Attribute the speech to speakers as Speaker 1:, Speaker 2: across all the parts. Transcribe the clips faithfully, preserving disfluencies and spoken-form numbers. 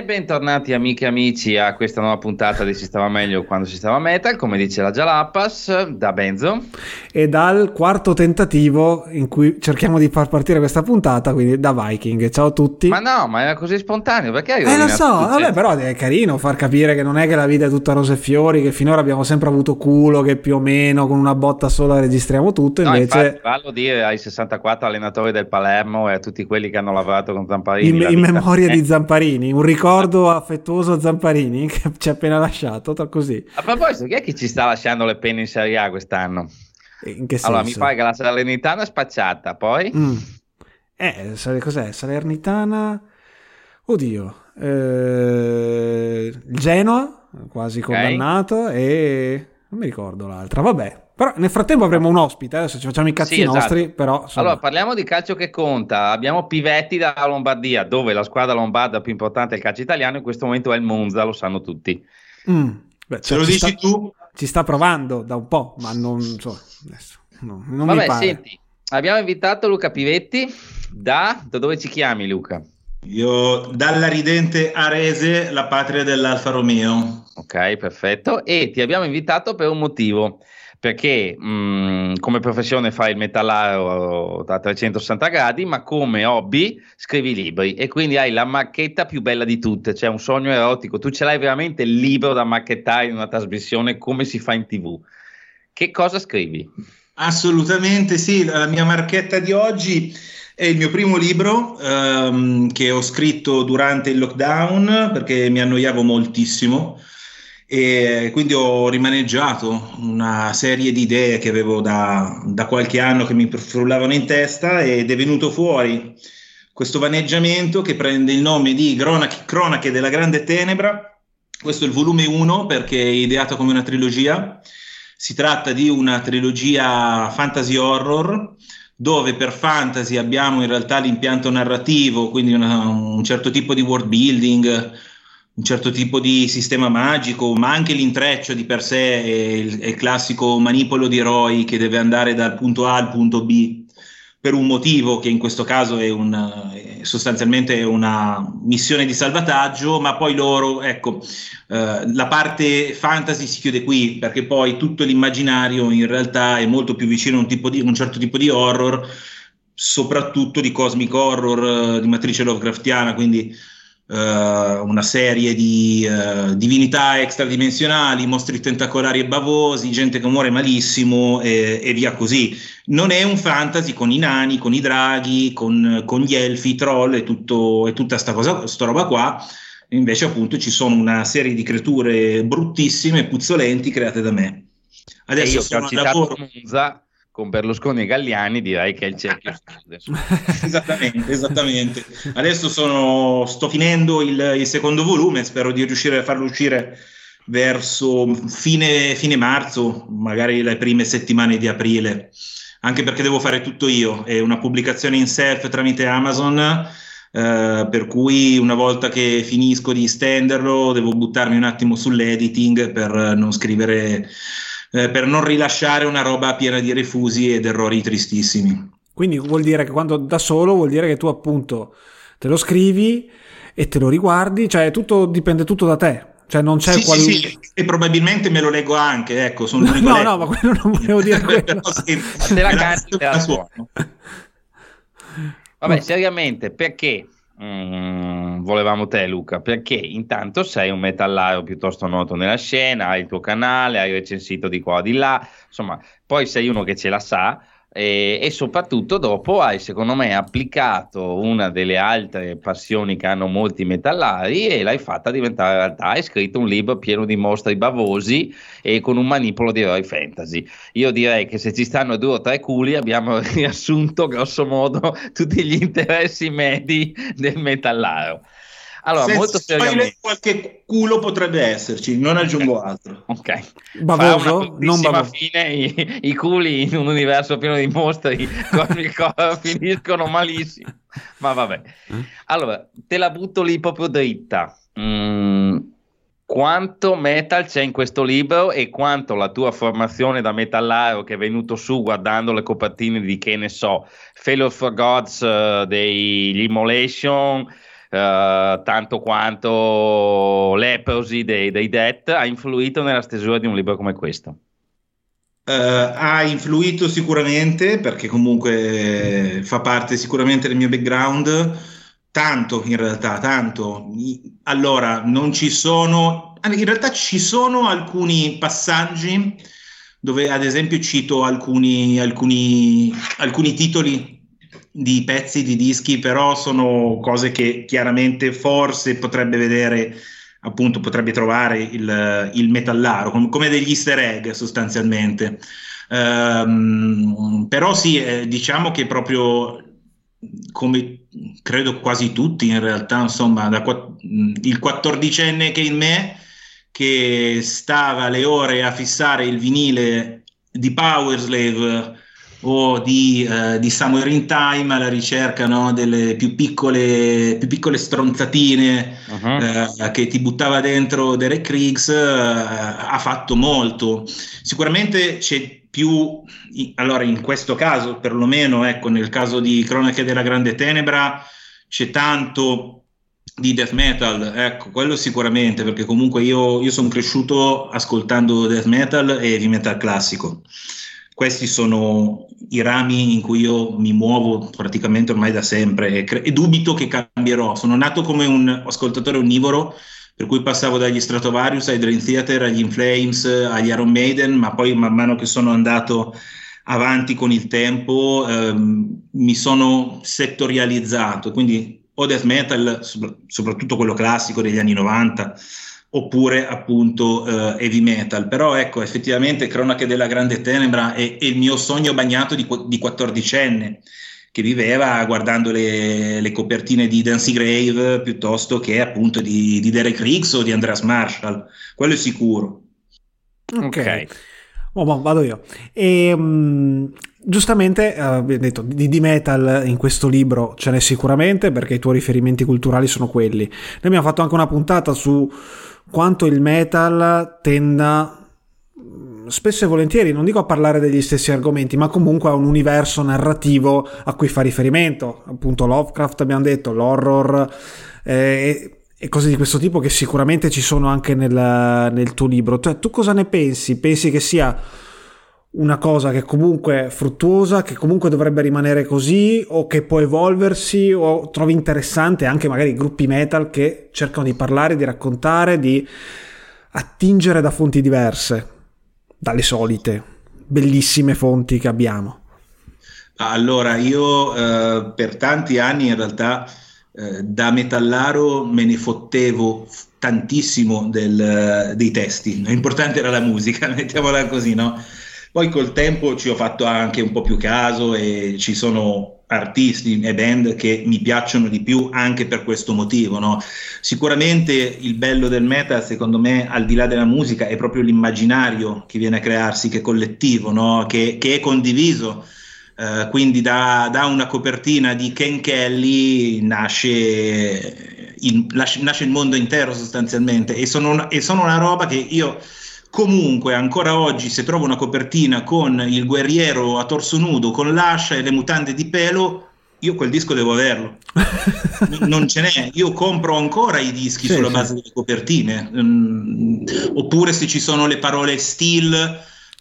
Speaker 1: bentornati amiche e amici a questa nuova puntata di Si stava meglio quando si stava metal, come dice la Jalapas, da Benzo.
Speaker 2: E dal quarto tentativo in cui cerchiamo di far partire questa puntata, quindi da Viking. Ciao a tutti.
Speaker 1: Ma no, ma era così spontaneo, perché hai
Speaker 2: Eh lo so,
Speaker 1: rovinato
Speaker 2: vabbè, però è carino far capire che non è che la vita è tutta rose e fiori, che finora abbiamo sempre avuto culo, che più o meno con una botta sola registriamo tutto,
Speaker 1: No,
Speaker 2: invece...
Speaker 1: infatti, fallo dire ai sessantaquattro allenatori del Palermo e a tutti quelli che hanno lavorato con Zamparini.
Speaker 2: In,
Speaker 1: la
Speaker 2: in
Speaker 1: vita-
Speaker 2: memoria
Speaker 1: eh.
Speaker 2: di Zamparini, un ricordo affettuoso a Zamparini che ci ha appena lasciato, tra così.
Speaker 1: A proposito, chi è che ci sta lasciando le penne in Serie A quest'anno?
Speaker 2: In che senso?
Speaker 1: Allora, mi pare che la Salernitana è spacciata, poi...
Speaker 2: Mm. Eh, sai cos'è? Salernitana... Oddio. Eh... Genoa, quasi
Speaker 1: Ok.
Speaker 2: condannato, e... non mi ricordo l'altra, vabbè. Però nel frattempo avremo un ospite, adesso ci facciamo i cazzi
Speaker 1: Sì, esatto.
Speaker 2: nostri, però... insomma.
Speaker 1: Allora, parliamo di calcio che conta. Abbiamo Pivetti dalla Lombardia, dove la squadra lombarda più importante del calcio italiano in questo momento è il Monza, lo sanno tutti.
Speaker 2: Mm. Beh,
Speaker 3: Se lo
Speaker 2: ci
Speaker 3: dici
Speaker 2: sta-
Speaker 3: tu,
Speaker 2: Ci sta provando da un po', ma non so, adesso, no, non
Speaker 1: Vabbè,
Speaker 2: mi pare.
Speaker 1: senti, abbiamo invitato Luca Pivetti da... da dove ci chiami, Luca?
Speaker 3: io dalla ridente Arese, la patria dell'Alfa Romeo.
Speaker 1: Ok, perfetto. E ti abbiamo invitato per un motivo, perché mh, come professione fai il metallaro a trecentosessanta gradi, ma come hobby scrivi libri e quindi hai la macchetta più bella di tutte, cioè un sogno erotico. Tu ce l'hai veramente il libro da macchettare in una trasmissione come si fa in tivù. Che cosa scrivi?
Speaker 3: Assolutamente sì, la mia marchetta di oggi è il mio primo libro ehm, che ho scritto durante il lockdown perché mi annoiavo moltissimo e quindi ho rimaneggiato una serie di idee che avevo da, da qualche anno che mi frullavano in testa ed è venuto fuori questo vaneggiamento che prende il nome di Cronache, Cronache della Grande Tenebra. Questo è il volume uno perché è ideato come una trilogia. Si tratta di una trilogia fantasy horror dove per fantasy abbiamo in realtà l'impianto narrativo, quindi una, un certo tipo di world building, un certo tipo di sistema magico, ma anche l'intreccio di per sé è il, è il classico manipolo di eroi che deve andare dal punto A al punto B per un motivo che in questo caso è, un, è sostanzialmente una missione di salvataggio, ma poi loro, ecco, eh, la parte fantasy si chiude qui, perché poi tutto l'immaginario in realtà è molto più vicino a un, tipo di, un certo tipo di horror, soprattutto di cosmic horror, eh, di matrice Lovecraftiana, quindi Uh, una serie di uh, divinità extradimensionali, mostri tentacolari e bavosi, gente che muore malissimo e, e via così. Non è un fantasy con i nani, con i draghi, con, con gli elfi, i troll e, tutto, e tutta sta cosa, sta roba qua. Invece appunto ci sono una serie di creature bruttissime e puzzolenti create da me.
Speaker 1: e
Speaker 3: Adesso
Speaker 1: io che
Speaker 3: sono
Speaker 1: ho
Speaker 3: al
Speaker 1: citato
Speaker 3: lavoro.
Speaker 1: Monza con Berlusconi e Galliani, direi che è il cerchio adesso.
Speaker 3: Esattamente, esattamente. Adesso sono, sto finendo il, il secondo volume, spero di riuscire a farlo uscire verso fine, fine marzo, magari le prime settimane di aprile, anche perché devo fare tutto io, è una pubblicazione in self tramite Amazon, eh, per cui una volta che finisco di stenderlo devo buttarmi un attimo sull'editing per non scrivere... Eh, per non rilasciare una roba piena di refusi ed errori tristissimi.
Speaker 2: Quindi vuol dire che quando da solo vuol dire che tu appunto te lo scrivi e te lo riguardi, cioè tutto dipende tutto da te. Cioè non c'è
Speaker 3: sì,
Speaker 2: qual...
Speaker 3: sì, sì, e probabilmente me lo leggo anche, ecco, sono
Speaker 2: no, no, no, ma quello non volevo dire quello.
Speaker 1: Sì, te la canti, te la suono. Vabbè, seriamente, perché mm, volevamo te, Luca? Perché intanto sei un metallaro piuttosto noto nella scena, hai il tuo canale, hai recensito di qua o di là, insomma, poi sei uno che ce la sa. E, e soprattutto dopo hai secondo me applicato una delle altre passioni che hanno molti metallari e l'hai fatta diventare realtà. Hai scritto un libro pieno di mostri bavosi e con un manipolo di eroi fantasy. Io direi che se ci stanno due o tre culi abbiamo riassunto grosso modo tutti gli interessi medi del metallaro. Allora,
Speaker 3: se
Speaker 1: molto seriamente,
Speaker 3: qualche culo potrebbe esserci, non aggiungo altro.
Speaker 1: ok,
Speaker 2: Bavoso,
Speaker 1: fa una
Speaker 2: non
Speaker 1: bruttissima
Speaker 2: bavoso.
Speaker 1: fine i, i culi in un universo pieno di mostri finiscono malissimo, ma vabbè. Allora, te la butto lì proprio dritta. Mm, quanto metal c'è in questo libro e quanto la tua formazione da metallaro che è venuto su guardando le copertine di, che ne so, Failure for Gods, uh, degli Immolation, uh, tanto quanto Leprosy dei, dei Death ha influito nella stesura di un libro come questo?
Speaker 3: Uh, ha influito sicuramente, perché comunque fa parte sicuramente del mio background, tanto in realtà, tanto. Allora, non ci sono, in realtà ci sono alcuni passaggi dove ad esempio cito alcuni, alcuni, alcuni titoli di pezzi, di dischi, però sono cose che chiaramente forse potrebbe vedere, appunto potrebbe trovare il, il metallaro, com- come degli easter egg sostanzialmente. Um, però sì, eh, diciamo che proprio come credo quasi tutti in realtà, insomma, da, il quattordicenne che in me, che stava le ore a fissare il vinile di Powerslave o di, uh, di Somewhere in Time alla ricerca, no, delle più piccole, più piccole stronzatine uh-huh. uh, che ti buttava dentro Derek Riggs, uh, ha fatto molto. Sicuramente c'è più, allora in questo caso perlomeno, ecco, nel caso di Cronache della Grande Tenebra c'è tanto di death metal, ecco, quello sicuramente, perché comunque io, io sono cresciuto ascoltando death metal e heavy metal classico. Questi sono i rami in cui io mi muovo praticamente ormai da sempre e, cre- e dubito che cambierò. Sono nato come un ascoltatore onnivoro, per cui passavo dagli Stratovarius ai Dream Theater, agli In Flames, agli Iron Maiden, ma poi man mano che sono andato avanti con il tempo ehm, mi sono settorializzato, quindi o death metal, soprattutto quello classico degli anni novanta, oppure appunto eh, heavy metal. Però ecco, effettivamente Cronache della Grande Tenebra è, è il mio sogno bagnato di, di quattordicenne, che viveva guardando le, le copertine di Dancy Grave piuttosto che appunto di, di Derek Riggs o di Andreas Marshall, quello è sicuro.
Speaker 2: Ok, okay. Oh, boh, vado io. E, um, giustamente, abbiamo uh, detto, di, di metal in questo libro ce n'è sicuramente, perché i tuoi riferimenti culturali sono quelli. Noi abbiamo fatto anche una puntata su quanto il metal tenda spesso e volentieri, non dico a parlare degli stessi argomenti, ma comunque a un universo narrativo a cui fa riferimento, appunto Lovecraft abbiamo detto, l'horror eh, e cose di questo tipo che sicuramente ci sono anche nel, nel tuo libro. Cioè, tu cosa ne pensi? Pensi che sia una cosa che comunque è fruttuosa, che comunque dovrebbe rimanere così, o che può evolversi, o trovi interessante anche magari gruppi metal che cercano di parlare, di raccontare, di attingere da fonti diverse dalle solite bellissime fonti che abbiamo?
Speaker 3: Allora, io eh, per tanti anni in realtà eh, da metallaro me ne fottevo tantissimo del, dei testi, l'importante era la musica, mettiamola così, no? Poi col tempo ci ho fatto anche un po' più caso e ci sono artisti e band che mi piacciono di più anche per questo motivo, no? Sicuramente il bello del metal, secondo me, al di là della musica, è proprio l'immaginario che viene a crearsi, che è collettivo, no? Che, che è condiviso. Uh, quindi da, da una copertina di Ken Kelly nasce il, nasce il mondo intero sostanzialmente, e sono, una, e sono una roba che io comunque ancora oggi, se trovo una copertina con il guerriero a torso nudo con l'ascia e le mutande di pelo, io quel disco devo averlo. Non ce n'è, io compro ancora i dischi sì, sulla sì. base delle copertine, um, oppure se ci sono le parole Steel,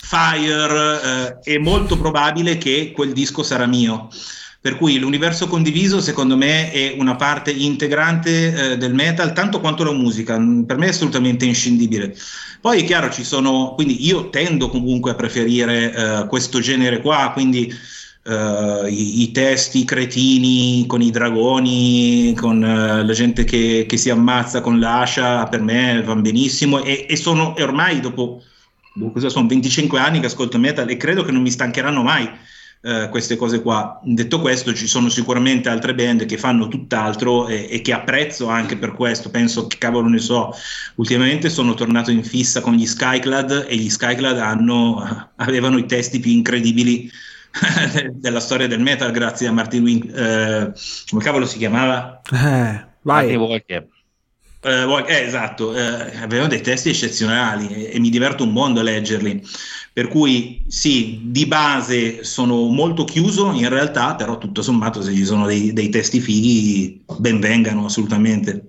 Speaker 3: Fire, eh, è molto probabile che quel disco sarà mio. Per cui l'universo condiviso secondo me è una parte integrante eh, del metal, tanto quanto la musica, per me è assolutamente inscindibile. Poi è chiaro, ci sono, quindi io tendo comunque a preferire eh, questo genere qua, quindi eh, i, i testi cretini con i dragoni, con eh, la gente che, che si ammazza con l'ascia, per me vanno benissimo, e, e sono e ormai dopo, cosa sono venticinque anni che ascolto metal e credo che non mi stancheranno mai. Uh, queste cose qua. Detto questo, ci sono sicuramente altre band che fanno tutt'altro e, e che apprezzo anche per questo. Penso che, cavolo ne so, ultimamente sono tornato in fissa con gli Skyclad, e gli Skyclad hanno, avevano i testi più incredibili della storia del metal, grazie a Martin Wink, uh, come cavolo si chiamava?
Speaker 2: Eh, vai.
Speaker 1: Walker.
Speaker 3: Uh, eh, esatto, uh, avevano dei testi eccezionali e, e mi diverto un mondo a leggerli. Per cui sì, di base sono molto chiuso in realtà, però tutto sommato se ci sono dei, dei testi fighi, ben vengano assolutamente.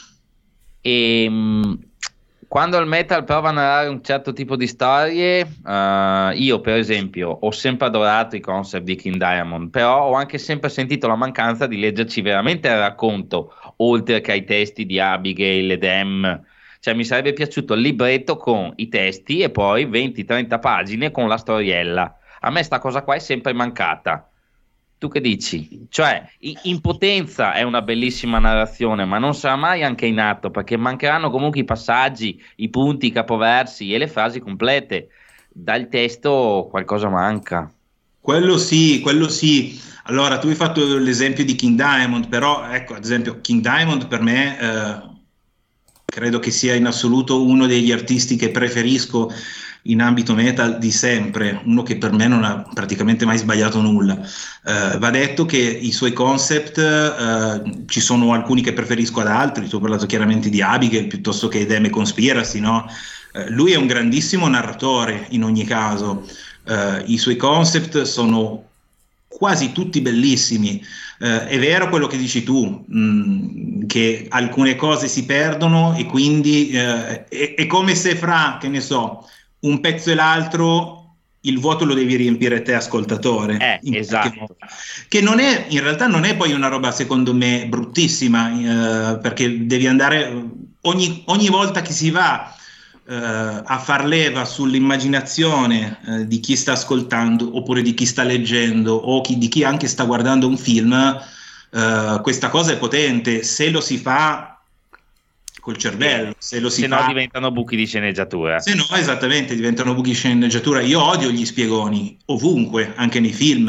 Speaker 1: E mh, quando il metal prova a narrare un certo tipo di storie, uh, io per esempio ho sempre adorato i concept di King Diamond, però ho anche sempre sentito la mancanza di leggerci veramente il racconto, oltre che ai testi di Abigail ed Em. Cioè mi sarebbe piaciuto il libretto con i testi e poi venti trenta pagine con la storiella. A me sta cosa qua è sempre mancata. Tu che dici? Cioè, in potenza è una bellissima narrazione, ma non sarà mai anche in atto, perché mancheranno comunque i passaggi, i punti, i capoversi e le frasi complete. Dal testo qualcosa manca.
Speaker 3: Quello sì, quello sì. Allora, tu hai fatto l'esempio di King Diamond, però ecco, ad esempio, King Diamond per me eh, credo che sia in assoluto uno degli artisti che preferisco in ambito metal di sempre, uno che per me non ha praticamente mai sbagliato nulla. Uh, va detto che i suoi concept, uh, ci sono alcuni che preferisco ad altri, tu hai parlato chiaramente di Abigail piuttosto che Deme Conspiracy, no? Uh, lui è un grandissimo narratore in ogni caso, uh, i suoi concept sono quasi tutti bellissimi. Uh, è vero quello che dici tu, mh, che alcune cose si perdono e quindi uh, è, è come se fra, che ne so, un pezzo e l'altro il vuoto lo devi riempire te ascoltatore,
Speaker 1: eh, esatto.
Speaker 3: Che non è, in realtà non è poi una roba secondo me bruttissima, eh, perché devi andare ogni, ogni volta che si va eh, a far leva sull'immaginazione eh, di chi sta ascoltando oppure di chi sta leggendo o chi, di chi anche sta guardando un film, eh, questa cosa è potente se lo si fa col cervello, se lo si
Speaker 1: se
Speaker 3: fa,
Speaker 1: no diventano buchi di sceneggiatura.
Speaker 3: Se no, esattamente, diventano buchi di sceneggiatura. Io odio gli spiegoni, ovunque, anche nei film.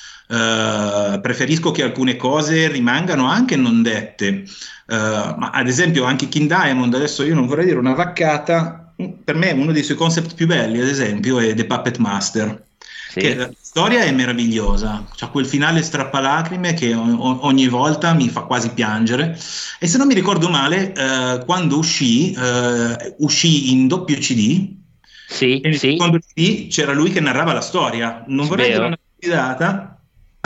Speaker 3: Uh, preferisco che alcune cose rimangano anche non dette. Uh, ma ad esempio anche King Diamond, adesso io non vorrei dire una vaccata, per me uno dei suoi concept più belli, ad esempio, è The Puppet Master. Sì. Che la storia è meravigliosa, c'ha quel finale strappalacrime che o- ogni volta mi fa quasi piangere, e se non mi ricordo male eh, quando uscì eh, uscì in doppio C D,
Speaker 1: sì,
Speaker 3: e nel
Speaker 1: sì.
Speaker 3: secondo C D c'era lui che narrava la storia, non vorrei dire una stupidata,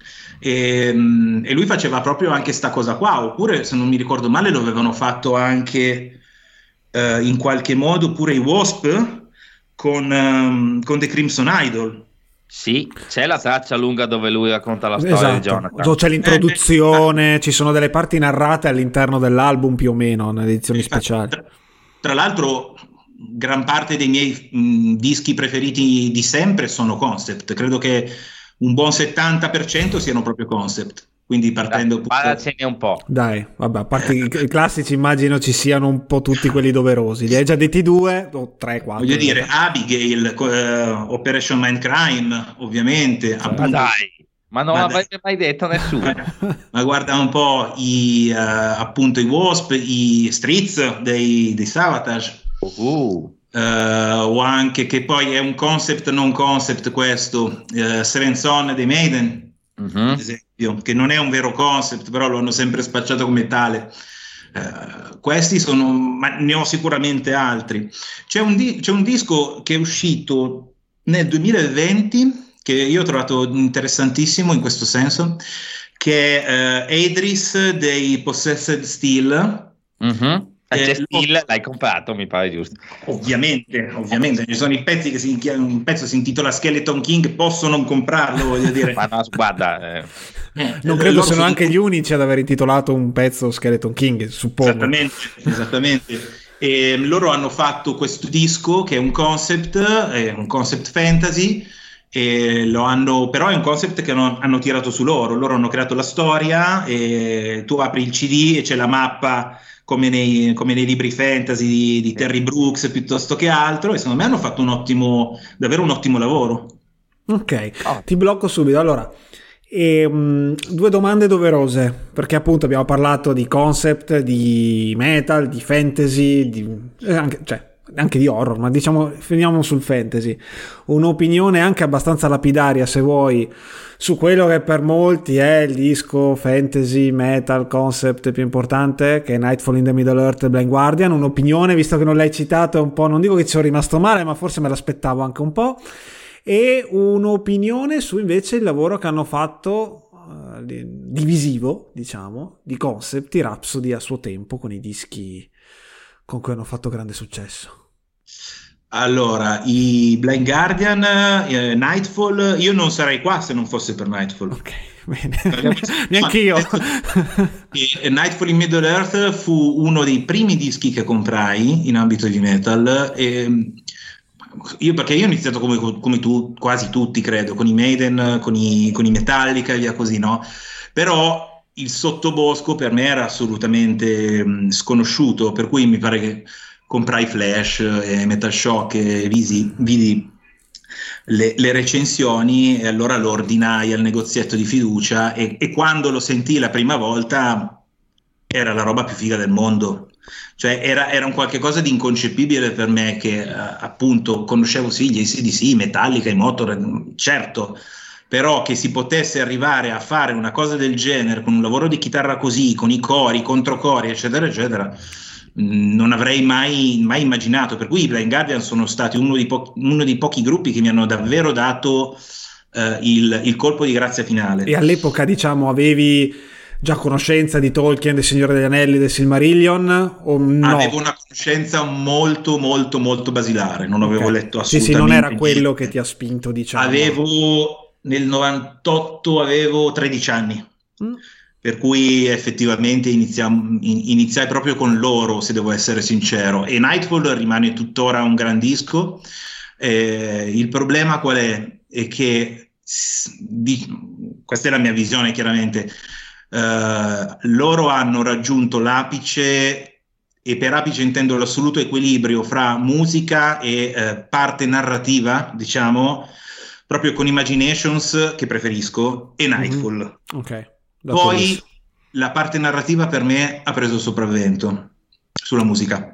Speaker 3: e, e lui faceva proprio anche sta cosa qua, oppure se non mi ricordo male lo avevano fatto anche eh, in qualche modo pure i Wasp con, um, con The Crimson Idol.
Speaker 1: Sì, c'è la traccia lunga dove lui racconta la storia
Speaker 2: esatto.
Speaker 1: di Jonathan.
Speaker 2: C'è l'introduzione, ci sono delle parti narrate all'interno dell'album più o meno, in edizioni speciali.
Speaker 3: Tra, tra l'altro, gran parte dei miei mh, dischi preferiti di sempre sono concept. Credo che un buon settanta per cento siano proprio concept. Quindi partendo...
Speaker 1: Parlacene un po'.
Speaker 2: Dai, vabbè, a parte i, i classici immagino ci siano un po' tutti quelli doverosi. Li hai già detti due o tre, quattro?
Speaker 3: Voglio dire, Abigail, uh, Operation Mindcrime, ovviamente.
Speaker 1: Ma appunto, dai, ma non l'avrebbe mai detto nessuno.
Speaker 3: Ma guarda un po' i, uh, appunto i Wasp, i Streets dei, dei Savatage.
Speaker 1: Uh.
Speaker 3: Uh, o anche, che poi è un concept non concept questo, uh, Seven Son dei Maiden. Uh-huh. Ad esempio, che non è un vero concept, però lo hanno sempre spacciato come tale. Uh, questi sono, ma ne ho sicuramente altri. C'è un, di- c'è un disco che è uscito nel duemilaventi che io ho trovato interessantissimo in questo senso, che è uh, Adris dei Possessed Steel.
Speaker 1: Uh-huh. Eh, Steel l'hai comprato, mi pare giusto.
Speaker 3: Ovviamente, ovviamente, ci sono i pezzi che si, un pezzo si intitola Skeleton King, posso non comprarlo, voglio dire.
Speaker 1: Ma no, guarda, eh.
Speaker 2: Eh, non credo siano anche gli unici ad aver intitolato un pezzo Skeleton King, suppongo.
Speaker 3: Esattamente, esattamente. E loro hanno fatto questo disco che è un concept, è un concept fantasy, e lo hanno, però è un concept che hanno, hanno tirato su loro. Loro hanno creato la storia e tu apri il C D e c'è la mappa come nei, come nei libri fantasy di, di Terry Brooks piuttosto che altro, e secondo me hanno fatto un ottimo, davvero un ottimo lavoro.
Speaker 2: Ok, oh. Ti blocco subito. Allora, e, um, due domande doverose, perché appunto abbiamo parlato di concept, di metal, di fantasy, di, eh, anche, cioè, anche di horror, ma diciamo finiamo sul fantasy. Un'opinione anche abbastanza lapidaria, se vuoi, su quello che per molti è il disco fantasy metal concept più importante, che è Nightfall in the Middle Earth Blind Guardian. Un'opinione, visto che non l'hai citato, è un po', non dico che ci sono rimasto male, ma forse me l'aspettavo anche un po'. e un'opinione su invece il lavoro che hanno fatto uh, divisivo, diciamo, di concept, di Rhapsody a suo tempo, con i dischi con cui hanno fatto grande successo.
Speaker 3: Allora, i Blind Guardian, eh, Nightfall, io non sarei qua se non fosse per Nightfall.
Speaker 2: Ok, bene, neanche io.
Speaker 3: Nightfall in Middle Earth fu uno dei primi dischi che comprai in ambito di metal, e io, perché io ho iniziato come, come tu, quasi tutti credo, con i Maiden, con i, con i Metallica e via così, no? Però il sottobosco per me era assolutamente mh, sconosciuto, per cui mi pare che comprai Flash e Metal Shock e visi, vidi le, le recensioni, e allora lo ordinai al negozietto di fiducia, e, e quando lo sentii la prima volta era la roba più figa del mondo. Cioè era, era un qualche cosa di inconcepibile per me, che eh, appunto conoscevo sì gli A C D C, Metallica, i Motorhead, certo, però che si potesse arrivare a fare una cosa del genere con un lavoro di chitarra così, con i cori, i controcori, eccetera eccetera, non avrei mai, mai immaginato. Per cui i Blind Guardian sono stati uno dei, po- uno dei pochi gruppi che mi hanno davvero dato uh, il, il colpo di grazia finale.
Speaker 2: E all'epoca, diciamo, avevi già conoscenza di Tolkien, del Signore degli Anelli, del Silmarillion, o no?
Speaker 3: Avevo una conoscenza molto molto molto basilare, non avevo okay. letto assolutamente.
Speaker 2: Sì, sì, non era quello niente che ti ha spinto, diciamo.
Speaker 3: Avevo, nel novantotto avevo tredici anni. Mm. Per cui effettivamente iniziam, iniziai proprio con loro, se devo essere sincero, e Nightfall rimane tuttora un gran disco. Eh, il problema qual è? È che, di, questa è la mia visione chiaramente, eh, loro hanno raggiunto l'apice, e per apice intendo l'assoluto equilibrio fra musica e eh, parte narrativa, diciamo, proprio con Imaginations, che preferisco, e Nightfall.
Speaker 2: Mm-hmm. Ok.
Speaker 3: Poi la parte narrativa per me ha preso il sopravvento sulla musica,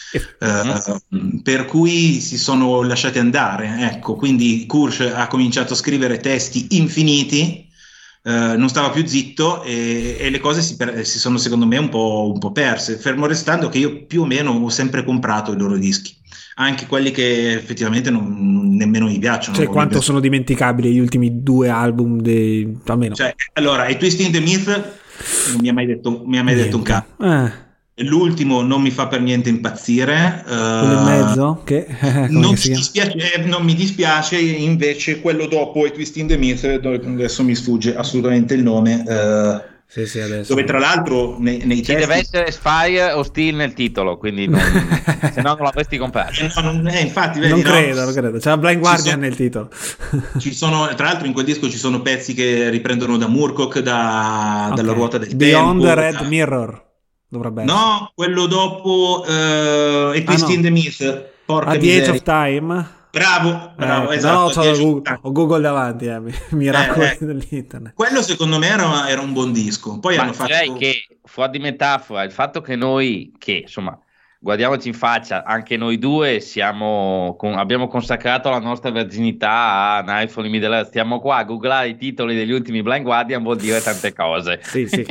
Speaker 3: uh, per cui si sono lasciati andare, ecco. Quindi Kursch ha cominciato a scrivere testi infiniti, uh, non stava più zitto, e, e le cose si, per, si sono secondo me un po', un po' perse, fermo restando che io più o meno ho sempre comprato i loro dischi, anche quelli che effettivamente non, nemmeno mi piacciono.
Speaker 2: Cioè, quanto sono dimenticabili gli ultimi due album dei... almeno.
Speaker 3: Cioè, allora, i Twisting the Myth non mi ha mai detto, mi ha mai detto un cazzo.
Speaker 2: Eh.
Speaker 3: L'ultimo non mi fa per niente impazzire.
Speaker 2: Quello uh, in mezzo? Che?
Speaker 3: non, che mi dispiace, non mi dispiace invece quello dopo, i Twisting the Myth, adesso mi sfugge assolutamente il nome. Uh, Sì, sì, adesso. Dove tra l'altro nei, nei
Speaker 1: ci
Speaker 3: testi...
Speaker 1: deve essere Spire o Steel nel titolo, quindi non... se no non l'avresti comprato.
Speaker 3: Eh, no, non, eh, infatti, vedi,
Speaker 2: non
Speaker 3: no?
Speaker 2: credo, non credo. C'è la Blind Guardian sono, nel titolo.
Speaker 3: Ci sono, tra l'altro in quel disco ci sono pezzi che riprendono da Moorcock, da, okay. dalla ruota del
Speaker 2: Beyond
Speaker 3: tempo.
Speaker 2: the Red
Speaker 3: da...
Speaker 2: Mirror dovrebbe essere.
Speaker 3: No, quello dopo uh, e Twisting ah, no. the Myth. Porca
Speaker 2: At the Age of Time.
Speaker 3: Bravo, bravo,
Speaker 2: eh,
Speaker 3: esatto.
Speaker 2: No, ho Google, ho Google davanti, eh, miracoli eh, eh. dell'internet.
Speaker 3: Quello secondo me era, era un buon disco. Poi
Speaker 1: Ma
Speaker 3: hanno fatto...
Speaker 1: direi che, fuori di metafora, il fatto che noi, che insomma, guardiamoci in faccia, anche noi due siamo con, abbiamo consacrato la nostra verginità a Nightfall in Middle Earth, stiamo qua a googlare i titoli degli ultimi Blind Guardian, vuol dire tante cose.
Speaker 2: Sì, sì.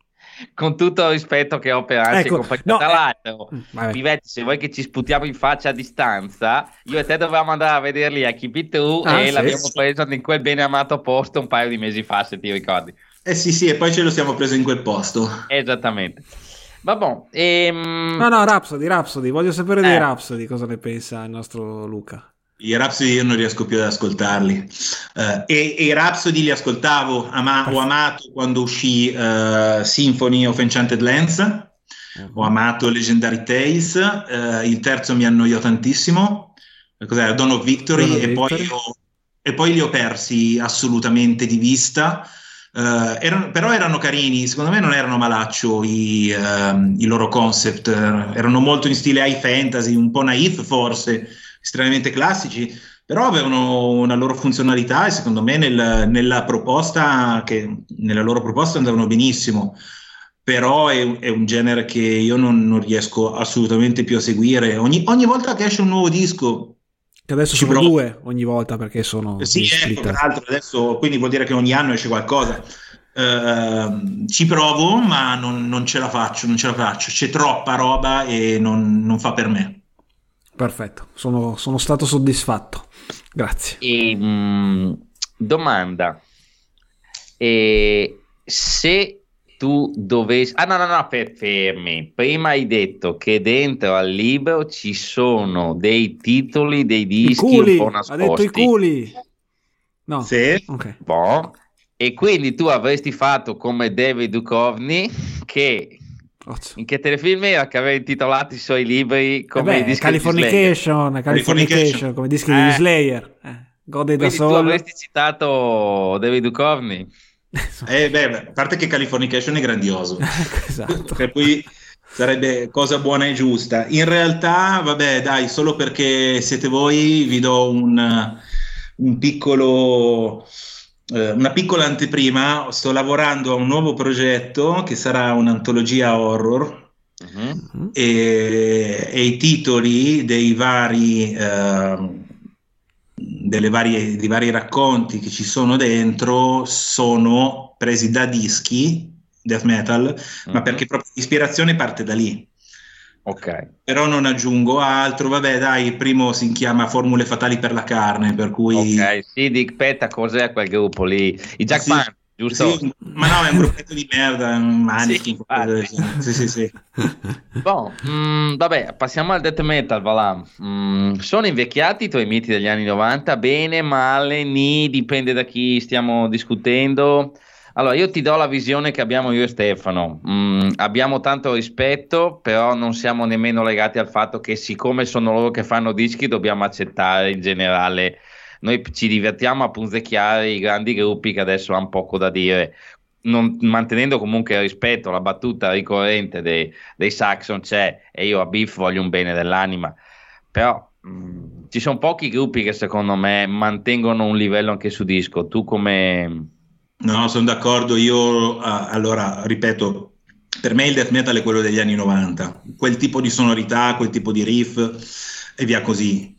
Speaker 1: Con tutto il rispetto che ho per Anzi
Speaker 2: ecco,
Speaker 1: e compagnia,
Speaker 2: no,
Speaker 1: tra l'altro,
Speaker 2: eh,
Speaker 1: Pivetti, se vuoi che ci sputiamo in faccia a distanza, io e te dovevamo andare a vederli a Keep It True ah, e sì, l'abbiamo sì. preso in quel bene amato posto un paio di mesi fa, se ti ricordi.
Speaker 3: Eh sì, sì, e poi ce lo siamo preso in quel posto.
Speaker 1: Esattamente. Vabbè, ehm...
Speaker 2: no, no, Rhapsody, Rhapsody, voglio sapere eh. di Rhapsody, cosa ne pensa il nostro Luca.
Speaker 3: I Rhapsody io non riesco più ad ascoltarli, uh, e, e i Rhapsody li ascoltavo, ama- ho amato quando uscì uh, Symphony of Enchanted Lands, uh-huh. ho amato Legendary Tales, uh, il terzo mi annoiò tantissimo, cos'era? Dawn of Victory, Dawn of e, Victory. Poi ho, e poi li ho persi assolutamente di vista, uh, erano, però erano carini, secondo me non erano malaccio i, uh, i loro concept, erano molto in stile high fantasy, un po' naif forse, estremamente classici, però avevano una loro funzionalità e secondo me nel, nella proposta che nella loro proposta andavano benissimo, però è, è un genere che io non, non riesco assolutamente più a seguire. Ogni, ogni volta che esce un nuovo disco,
Speaker 2: che adesso sono provo. due ogni volta perché sono
Speaker 3: sì, ecco, tra l'altro adesso, quindi vuol dire che ogni anno esce qualcosa. Uh, ci provo, ma non, non ce la faccio, non ce la faccio, c'è troppa roba e non, non fa per me.
Speaker 2: Perfetto, sono, sono stato soddisfatto. Grazie.
Speaker 1: E, mh, domanda, e se tu dovessi... Ah no, no, no, fer- fermi. Prima hai detto che dentro al libro ci sono dei titoli, dei
Speaker 2: I
Speaker 1: dischi un po'
Speaker 2: culi,
Speaker 1: nascosti.
Speaker 2: ha detto i culi. No,
Speaker 3: Sì.
Speaker 2: ok.
Speaker 1: Boh. E quindi tu avresti fatto come David Duchovny, che
Speaker 2: Ozzo.
Speaker 1: in che telefilm era che aveva intitolato i suoi libri
Speaker 2: Eh
Speaker 1: come i
Speaker 2: beh,
Speaker 1: dischi di Slayer?
Speaker 2: Californication, Californication, come dischi di
Speaker 1: Eh.
Speaker 2: Slayer. Eh, Gode da
Speaker 1: Quindi tu
Speaker 2: Sol.
Speaker 1: avresti citato David Duchovny.
Speaker 3: Eh, beh, a parte che Californication è grandioso,
Speaker 2: Esatto.
Speaker 3: per cui sarebbe cosa buona e giusta. In realtà, vabbè, dai, solo perché siete voi, vi do un, un piccolo, eh, una piccola anteprima. Sto lavorando a un nuovo progetto che sarà un'antologia horror.
Speaker 1: Mhm.
Speaker 3: E, e i titoli dei vari, eh, delle varie, dei vari racconti che ci sono dentro sono presi da dischi death metal, ma
Speaker 1: Mhm.
Speaker 3: perché proprio l'ispirazione parte da lì.
Speaker 1: Ok.
Speaker 3: Però non aggiungo altro. Vabbè, dai, il primo si chiama Formule Fatali per la carne, per cui...
Speaker 1: Ok, sì, Dick Petta, cos'è quel gruppo lì? I Jack
Speaker 3: Sì,
Speaker 1: Panther, giusto?
Speaker 3: sì, ma no, è un gruppetto di merda, un Mannequin,
Speaker 1: Sì,
Speaker 3: qualcosa del
Speaker 1: infatti.
Speaker 3: genere. Sì, sì, sì.
Speaker 1: Boh, mm, vabbè, passiamo al death metal, va là. Mm, sono invecchiati i tuoi miti degli anni novanta? Bene, male, ni, dipende da chi stiamo discutendo. Allora, io ti do la visione che abbiamo io e Stefano. Mm, abbiamo tanto rispetto, però non siamo nemmeno legati al fatto che siccome sono loro che fanno dischi, dobbiamo accettare in generale. Noi ci divertiamo a punzecchiare i grandi gruppi che adesso hanno poco da dire. Non- mantenendo comunque il rispetto, la battuta ricorrente dei, dei Saxon c'è, e io a Biff voglio un bene dell'anima, però mh, ci sono pochi gruppi che secondo me mantengono un livello anche su disco. Tu come...
Speaker 3: No, sono d'accordo. Io, ah, allora, ripeto, per me il death metal è quello degli anni novanta, quel tipo di sonorità, quel tipo di riff e via così.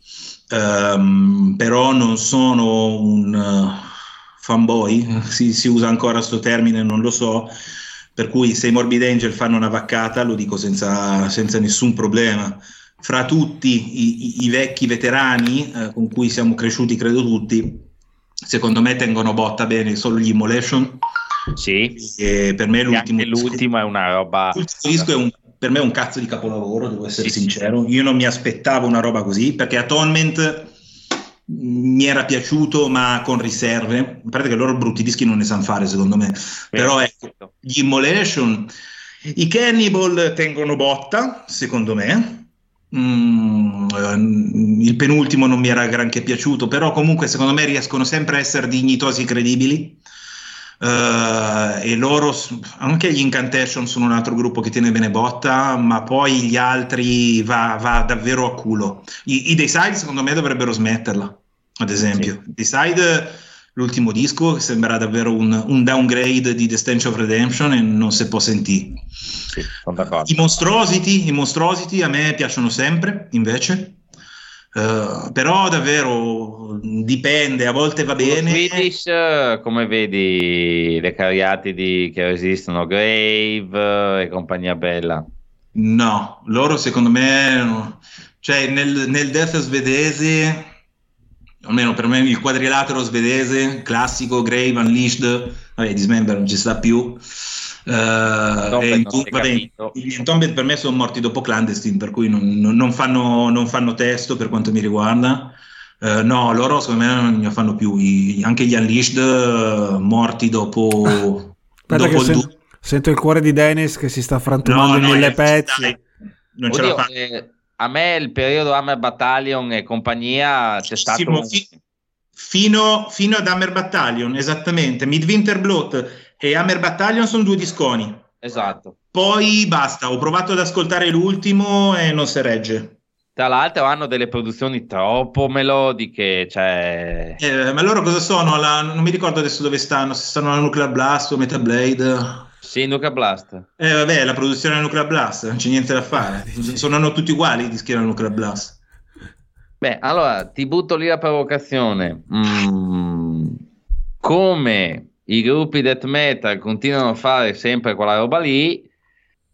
Speaker 3: Ehm, però non sono un uh, fanboy, si, si usa ancora questo termine, non lo so, per cui se i Morbid Angel fanno una vaccata lo dico senza, senza nessun problema. Fra tutti i, i- i vecchi veterani eh, con cui siamo cresciuti, credo tutti, secondo me tengono botta bene solo gli Immolation.
Speaker 1: Sì,
Speaker 3: E per me
Speaker 1: e
Speaker 3: l'ultimo
Speaker 1: anche
Speaker 3: disco,
Speaker 1: l'ultimo è una roba...
Speaker 3: l'ultimo disco è un, per me è un cazzo di capolavoro, devo essere
Speaker 1: Sì, sì.
Speaker 3: sincero. Io non mi aspettavo una roba così, perché Atonement mi era piaciuto, ma con riserve. A parte che loro brutti dischi non ne sanno fare, secondo me. Però ecco, gli Immolation, i Cannibal tengono botta, secondo me. Mm, eh, il penultimo non mi era granché piaciuto, però comunque secondo me riescono sempre a essere dignitosi e credibili. Eh, e loro, anche gli Incantation sono un altro gruppo che tiene bene botta, ma poi gli altri va, va davvero a culo. I, i Dayside secondo me dovrebbero smetterla, ad esempio.
Speaker 1: Sì.
Speaker 3: Dayside, l'ultimo disco, sembra davvero un, un downgrade di The Stench of Redemption e non si può sentire.
Speaker 1: Sì, sono d'accordo.
Speaker 3: I Monstrosity, i Monstrosity a me piacciono sempre, invece. Uh, però davvero dipende, a volte va bene.
Speaker 1: Swedish, come vedi le cariatidi che resistono, Grave e compagnia bella?
Speaker 3: No, loro secondo me, no. Cioè nel, nel death svedese, almeno per me il quadrilatero svedese, classico, Grave, Unleashed, vabbè, Dismember non ci sta più. Uh, e in, vabbè, gli Entombed per me sono morti dopo Clandestine, per cui non, non, non, fanno, non fanno testo per quanto mi riguarda. Uh, no, loro secondo me non ne fanno più. I, anche gli Unleashed uh, morti dopo, dopo
Speaker 2: che
Speaker 3: il
Speaker 2: sen-
Speaker 3: du-
Speaker 2: sento il cuore di Dennis che si sta frantumando
Speaker 3: no,
Speaker 2: in
Speaker 3: no,
Speaker 2: mille
Speaker 3: eh,
Speaker 2: pezzi.
Speaker 3: dai, non
Speaker 1: Oddio,
Speaker 3: ce la fa.
Speaker 1: Eh, a me il periodo Hammer Battalion e compagnia c'è stato un...
Speaker 3: Fi- fino, fino ad Hammer Battalion, esattamente. Midwinter Blot e Hammer Battalion sono due disconi.
Speaker 1: Esatto.
Speaker 3: Poi basta, ho provato ad ascoltare l'ultimo e non si regge.
Speaker 1: Tra l'altro hanno delle produzioni troppo melodiche, cioè...
Speaker 3: Eh, ma loro cosa sono? Alla, non mi ricordo adesso dove stanno, se stanno alla Nuclear Blast o Metal Blade.
Speaker 1: Sì, Nuka Blast.
Speaker 3: Eh vabbè, la produzione della Nuclear Blast, non c'è niente da fare. Sono tutti uguali i dischi della Nuclear Blast.
Speaker 1: Beh, allora ti butto lì la provocazione. Mm, come i gruppi death metal continuano a fare sempre quella roba lì,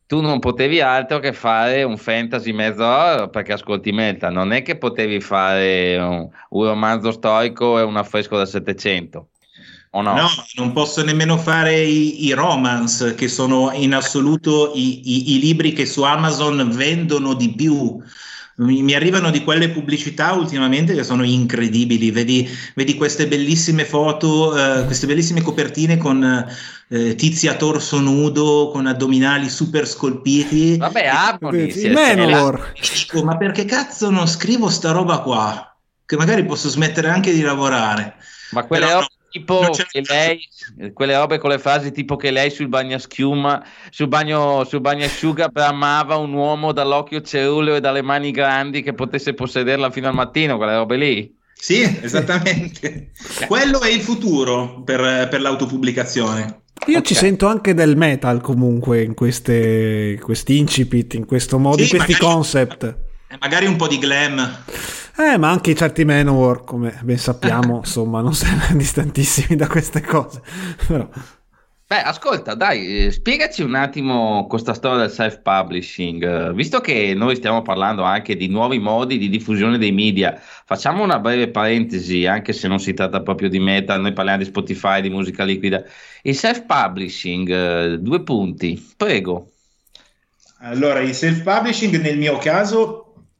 Speaker 1: tu non potevi altro che fare un fantasy mezzo horror perché ascolti metal, non è che potevi fare un, un romanzo storico e un affresco da settecento, o no?
Speaker 3: No, non posso nemmeno fare i, i romance, che sono in assoluto i, i, i libri che su Amazon vendono di più. Mi, mi arrivano di quelle pubblicità ultimamente che sono incredibili. Vedi, vedi queste bellissime foto, eh, queste bellissime copertine con eh, tizi a torso nudo, con addominali super scolpiti.
Speaker 1: Vabbè, Harmony,
Speaker 2: sì, Manowar.
Speaker 3: Dico, ma perché cazzo non scrivo sta roba qua? Che magari posso smettere anche di lavorare.
Speaker 1: Ma quelle
Speaker 3: Però
Speaker 1: robe
Speaker 3: no,
Speaker 1: tipo
Speaker 3: non c'è-
Speaker 1: che lei, quelle robe con le frasi tipo che lei sul bagnoschiuma, sul bagno, sul bagnasciuga bramava un uomo dall'occhio ceruleo e dalle mani grandi che potesse possederla fino al mattino, quelle robe lì.
Speaker 3: Sì, esattamente. Quello è il futuro per, per l'autopubblicazione.
Speaker 2: Io
Speaker 1: Ok.
Speaker 2: ci sento anche del metal comunque in queste, questi incipit, in questo modo,
Speaker 3: Sì,
Speaker 2: in questi
Speaker 3: magari-
Speaker 2: concept.
Speaker 3: E magari un po' di glam.
Speaker 2: Eh, ma anche certi Manowar, come ben sappiamo, insomma, non siamo distantissimi da queste cose. Però,
Speaker 1: Beh, ascolta, dai, eh, spiegaci un attimo questa storia del self-publishing. Eh, Visto che noi stiamo parlando anche di nuovi modi di diffusione dei media, facciamo una breve parentesi, anche se non si tratta proprio di metal, noi parliamo di Spotify, di musica liquida. Il self-publishing, eh, due punti, prego.
Speaker 3: Allora, il self-publishing nel mio caso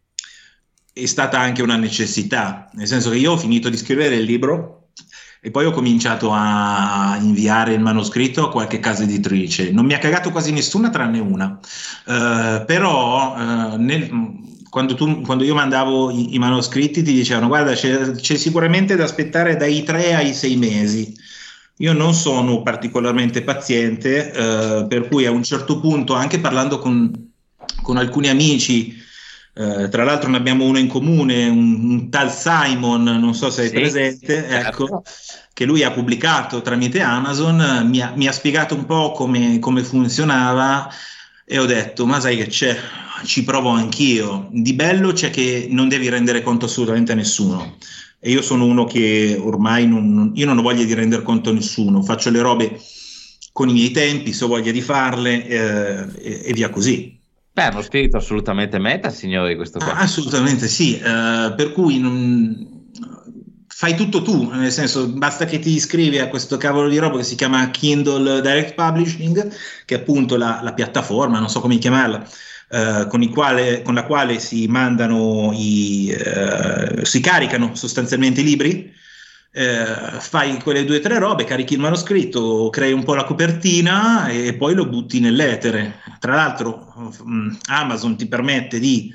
Speaker 3: è stata anche una necessità, nel senso che io ho finito di scrivere il libro e poi ho cominciato a inviare il manoscritto a qualche casa editrice. Non mi ha cagato quasi nessuna tranne una. Eh, però eh, nel- quando, tu, quando io mandavo i, i manoscritti ti dicevano guarda c'è, c'è sicuramente da aspettare dai tre ai sei mesi. Io non sono particolarmente paziente, eh, per cui a un certo punto, anche parlando con, con alcuni amici, eh, tra l'altro ne abbiamo uno in comune, un, un tal Simon, non so se hai
Speaker 1: Sì,
Speaker 3: presente,
Speaker 1: sì, certo.
Speaker 3: ecco, che lui ha pubblicato tramite Amazon, eh, mi ha, mi ha spiegato un po' come, come funzionava e ho detto, ma sai che c'è, ci provo anch'io. Di bello c'è che non devi rendere conto assolutamente a nessuno. E io sono uno che ormai non, non- io non ho voglia di rendere conto a nessuno, faccio le robe con i miei tempi, so voglia di farle eh, e, e via così.
Speaker 1: Beh, è uno spirito assolutamente meta, signori, questo qua.
Speaker 3: Ah, assolutamente sì, eh, per cui non- fai tutto tu, nel senso basta che ti iscrivi a questo cavolo di roba che si chiama Kindle Direct Publishing, che è appunto la, la piattaforma, non so come chiamarla, eh, con, il quale, con la quale si mandano i, eh, si caricano sostanzialmente i libri. Eh, fai quelle due o tre robe, carichi il manoscritto, crei un po' la copertina e poi lo butti nell'etere. Tra l'altro, mh, Amazon ti permette di,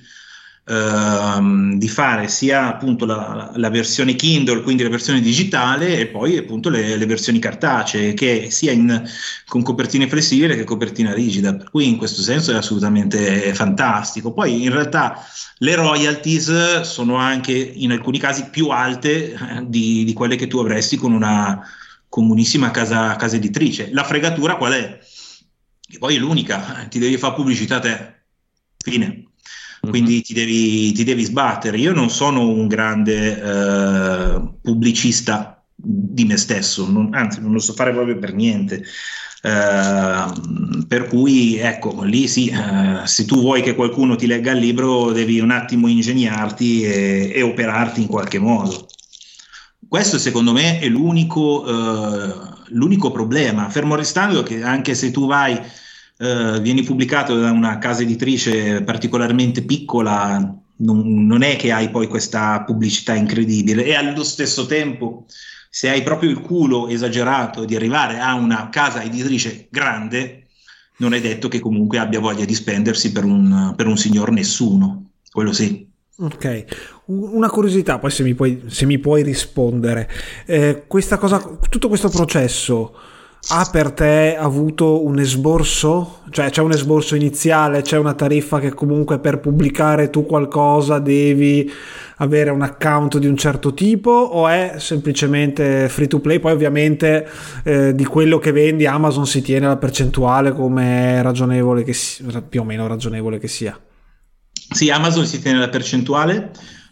Speaker 3: ehm, di fare sia appunto la, la versione Kindle, quindi la versione digitale, e poi appunto le, le versioni cartacee, che sia in, con copertine flessibili che copertina rigida. Per cui in questo senso è assolutamente fantastico. Poi in realtà le royalties sono anche in alcuni casi più alte eh, di, di quelle che tu avresti con una comunissima casa, casa editrice. La fregatura qual è? Che poi è l'unica, eh, ti devi fare pubblicità te, fine. Quindi ti devi, ti devi sbattere. Io non sono un grande eh, pubblicista di me stesso, non- anzi non lo so fare proprio per niente. Eh, per cui ecco, lì sì, eh, se tu vuoi che qualcuno ti legga il libro devi un attimo ingegnarti e, e operarti in qualche modo. Questo secondo me è l'unico, eh, l'unico problema, fermo restando che anche se tu vai, eh, vieni pubblicato da una casa editrice particolarmente piccola, non, non è che hai poi questa pubblicità incredibile, e allo stesso tempo se hai proprio il culo esagerato di arrivare a una casa editrice grande, non è detto che comunque abbia voglia di spendersi per un, per un signor nessuno, quello sì.
Speaker 2: ok, una curiosità, poi se mi puoi, se mi puoi rispondere. Eh, questa cosa, tutto questo processo ha per te avuto un esborso? Cioè c'è un esborso iniziale, c'è una tariffa che comunque per pubblicare tu qualcosa devi avere un account di un certo tipo, o è semplicemente free to play? Poi ovviamente eh, di quello che vendi Amazon si tiene la percentuale, come è ragionevole che sia, più o meno ragionevole che sia.
Speaker 3: Sì, Amazon si tiene la percentuale,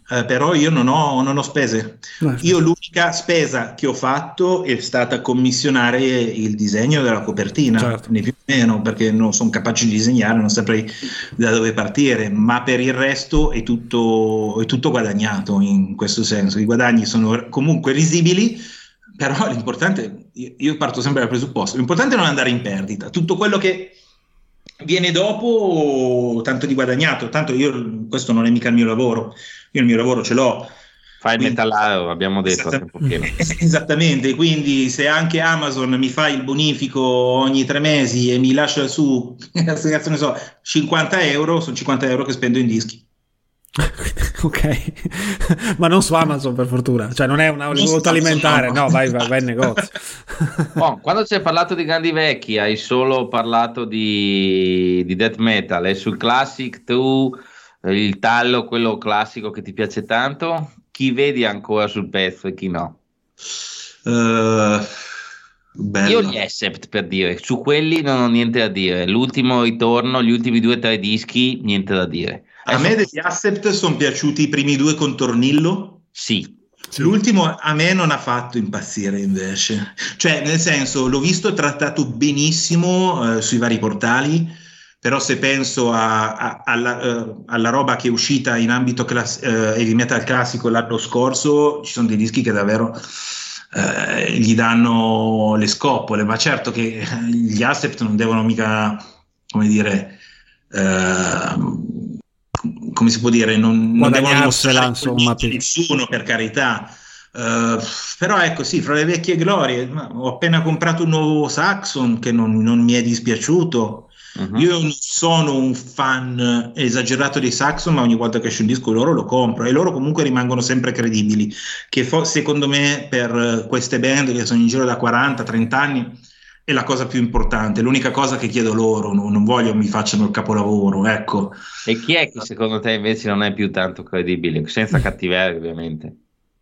Speaker 3: eh, però io non ho, non ho spese.
Speaker 2: No,
Speaker 3: Io l'unica spesa che ho fatto è stata commissionare il disegno della copertina,
Speaker 2: certo.
Speaker 3: né più né meno, perché non sono capace di disegnare, non saprei da dove partire, ma per il resto è tutto, è tutto guadagnato in questo senso. I guadagni sono comunque risibili, però l'importante, io parto sempre dal presupposto, l'importante è non andare in perdita. Tutto quello che viene dopo, tanto di guadagnato, tanto io, questo non è mica il mio lavoro, io il mio lavoro ce l'ho.
Speaker 1: Fai il
Speaker 3: Quindi,
Speaker 1: metallaro, abbiamo detto a tempo pieno.
Speaker 3: esattamente, quindi se anche Amazon mi fa il bonifico ogni tre mesi e mi lascia su, ne so, cinquanta euro, sono cinquanta euro che spendo in dischi.
Speaker 2: Ok, ma non su Amazon per fortuna, cioè non è una voluta alimentare, no, vai, vai, vai in negozio.
Speaker 1: Oh, quando ci hai parlato di grandi vecchi hai solo parlato di, di death metal e sul classic tu il tallo, quello classico che ti piace tanto, chi vedi ancora sul pezzo e chi no?
Speaker 3: Uh,
Speaker 1: Io gli Accept, per dire, su quelli non ho niente da dire, l'ultimo ritorno, gli ultimi due o tre dischi, niente da dire.
Speaker 3: A me degli Accept sono piaciuti i primi due con Tornillo.
Speaker 1: Sì.
Speaker 3: Sì. L'ultimo a me non ha fatto impazzire invece, cioè nel senso l'ho visto trattato benissimo eh, sui vari portali, però se penso a, a, alla, uh, alla roba che è uscita in ambito class- uh, heavy metal classico l'anno scorso, ci sono dei dischi che davvero uh, gli danno le scoppole, ma certo che gli Accept non devono mica, come dire, uh, come si può dire, non, non devono dimostrare
Speaker 2: insomma,
Speaker 3: nessuno, per carità. Uh, però ecco, sì, fra le vecchie glorie, ho appena comprato un nuovo Saxon che non, non mi è dispiaciuto. Uh-huh. Io non sono un fan esagerato dei Saxon, ma ogni volta che esce un disco loro lo compro e loro comunque rimangono sempre credibili, che fo- secondo me per queste band che sono in giro da quaranta trenta anni è la cosa più importante, l'unica cosa che chiedo loro, non, non voglio mi facciano il capolavoro, ecco.
Speaker 1: E chi è che secondo te invece non è più tanto credibile, senza cattiveria ovviamente?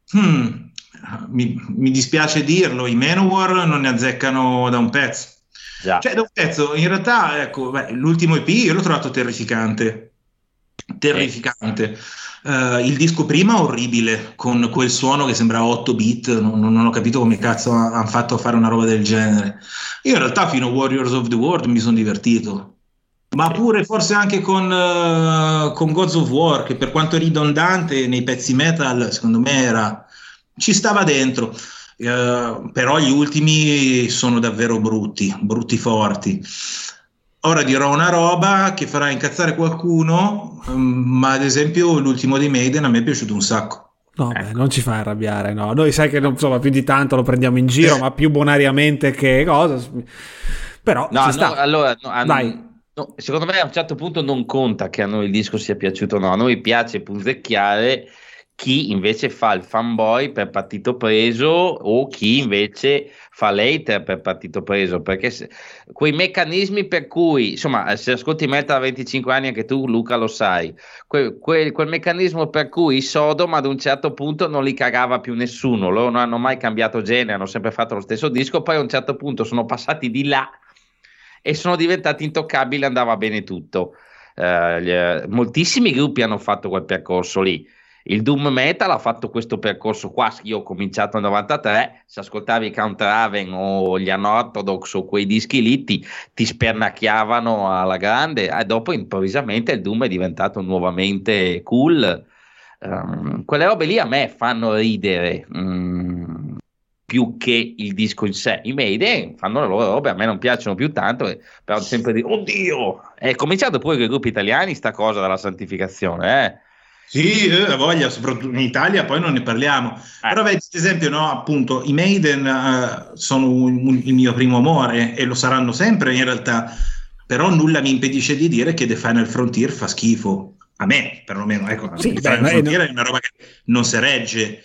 Speaker 3: Hmm, mi, mi dispiace dirlo, i Manowar non ne azzeccano da un pezzo. Già. Cioè da un pezzo, in realtà, ecco, beh, l'ultimo E P io l'ho trovato terrificante, terrificante. Eh. Uh, il disco prima orribile, con quel suono che sembra otto bit, non, non ho capito come cazzo hanno fatto a fare una roba del genere. Io in realtà fino a Warriors of the World mi sono divertito, ma pure forse anche con, uh, con Gods of War, che per quanto è ridondante nei pezzi metal, secondo me era, ci stava dentro. Uh, però gli ultimi sono davvero brutti, brutti forti. Ora dirò una roba che farà incazzare qualcuno, um, ma ad esempio l'ultimo dei Maiden a me è piaciuto un sacco.
Speaker 2: No, ecco. Beh, non ci fai arrabbiare, no. Noi sai che non, insomma, più di tanto lo prendiamo in giro, ma più bonariamente che cosa. Però
Speaker 1: no,
Speaker 2: ci sta.
Speaker 1: No, allora, no,
Speaker 2: Dai.
Speaker 1: No, secondo me a un certo punto non conta che a noi il disco sia piaciuto o no, a noi piace punzecchiare chi invece fa il fanboy per partito preso o chi invece fa l'hater per partito preso, perché se, quei meccanismi per cui, insomma, se ascolti metal da venticinque anni anche tu Luca lo sai, que, que, quel meccanismo per cui i Sodom ad un certo punto non li cagava più nessuno, loro non hanno mai cambiato genere, hanno sempre fatto lo stesso disco, poi a un certo punto sono passati di là e sono diventati intoccabili, andava bene tutto. Eh, gli, moltissimi gruppi hanno fatto quel percorso lì. Il Doom Metal ha fatto questo percorso qua. Io ho cominciato nel novantatré, se ascoltavi Counter-Raven o gli Unorthodox o quei dischi lì ti, ti spernacchiavano alla grande e dopo improvvisamente il Doom è diventato nuovamente cool. Um, quelle robe lì a me fanno ridere um, più che il disco in sé. I Maiden fanno le loro robe, a me non piacciono più tanto, però sempre di oddio, è cominciato pure con i gruppi italiani sta cosa della santificazione, eh
Speaker 3: Sì, eh, voglia, soprattutto in Italia, poi non ne parliamo. Eh. Però, vedi, ad esempio, no, appunto, i Maiden uh, sono un, un, il mio primo amore e lo saranno sempre in realtà, però nulla mi impedisce di dire che The Final Frontier fa schifo. A me, perlomeno, ecco, sì, The Final Frontier è una roba che non si regge.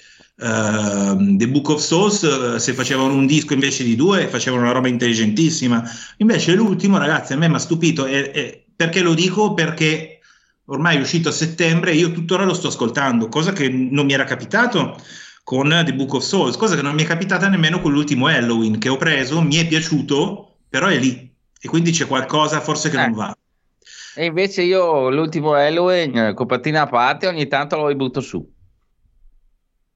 Speaker 3: Uh, The Book of Souls, uh, se facevano un disco invece di due, facevano una roba intelligentissima. Invece l'ultimo, ragazzi, a me mi ha stupito. E, e perché lo dico? Perché ormai è uscito a settembre e io tuttora lo sto ascoltando, cosa che non mi era capitato con The Book of Souls, cosa che non mi è capitata nemmeno con l'ultimo Halloween che ho preso, mi è piaciuto, però è lì e quindi c'è qualcosa forse che eh. non va.
Speaker 1: E invece io l'ultimo Halloween, copertina a parte, ogni tanto lo ributto su.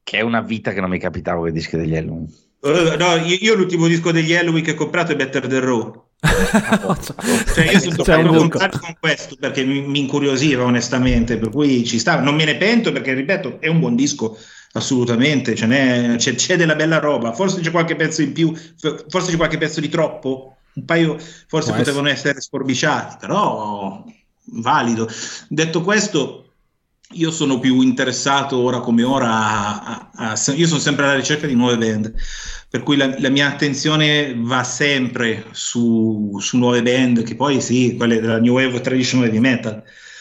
Speaker 1: che è una vita che non mi capitava con i dischi degli Helloween.
Speaker 3: Uh, no, io, io l'ultimo disco degli Helloween che ho comprato è Better Than Raw. Cioè io sono stato contrario con questo perché mi, mi incuriosiva onestamente, per cui ci sta, non me ne pento perché ripeto è un buon disco assolutamente, ce n'è, c'è, c'è della bella roba, forse c'è qualche pezzo in più, forse c'è qualche pezzo di troppo, un paio forse Può potevano essere. essere sforbiciati, però valido. Detto questo, io sono più interessato ora come ora a, a, a, io sono sempre alla ricerca di nuove band, per cui la, la mia attenzione va sempre su, su nuove band, che poi sì, quelle della New Wave Traditional Heavy Metal,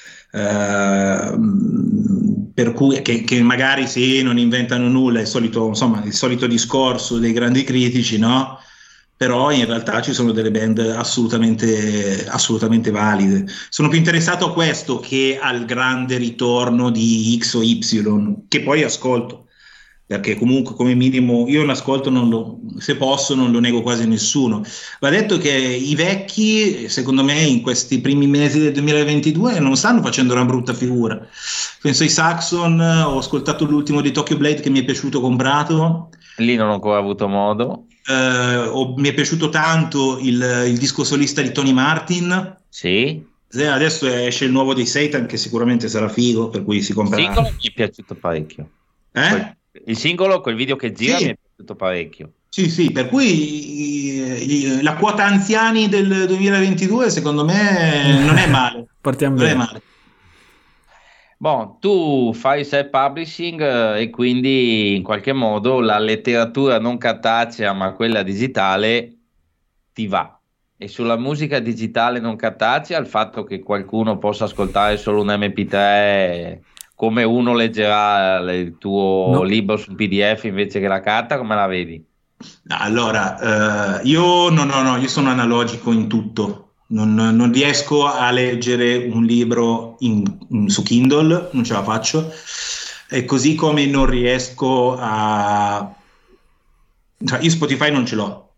Speaker 3: uh, per cui che, che magari sì, non inventano nulla, è il solito, insomma, il solito discorso dei grandi critici, no? Però in realtà ci sono delle band assolutamente, assolutamente valide. Sono più interessato a questo che al grande ritorno di X o Y, che poi ascolto, perché comunque come minimo io un ascolto, non lo, se posso, non lo nego quasi a nessuno. Va detto che i vecchi, secondo me, in questi primi mesi del duemilaventidue non stanno facendo una brutta figura. Penso ai Saxon, ho ascoltato l'ultimo di Tokyo Blade che mi è piaciuto, comprato.
Speaker 1: Lì non ho ancora avuto modo.
Speaker 3: Uh, oh, mi è piaciuto tanto il, il disco solista di Tony Martin.
Speaker 1: Sì.
Speaker 3: Adesso esce il nuovo dei Satan, che sicuramente sarà figo, per cui si comprerà.
Speaker 1: Il singolo mi è piaciuto parecchio.
Speaker 3: Eh?
Speaker 1: Il singolo, quel video che gira,
Speaker 3: sì.
Speaker 1: mi è piaciuto parecchio.
Speaker 3: Sì, sì, per cui la quota anziani del duemilaventidue secondo me non è male.
Speaker 2: Partiamo
Speaker 3: non
Speaker 2: bene.
Speaker 3: È male.
Speaker 1: Bon, tu fai self-publishing eh, e quindi in qualche modo la letteratura non cartacea ma quella digitale ti va. E sulla musica digitale non cartacea, il fatto che qualcuno possa ascoltare solo un emme pi tre, come uno leggerà il tuo no. libro su P D F invece che la carta, come la vedi?
Speaker 3: Allora, eh, io no, no, no, io sono analogico in tutto. Non, non riesco a leggere un libro in, in, su Kindle, non ce la faccio, e così come non riesco a... Cioè, io Spotify non ce l'ho,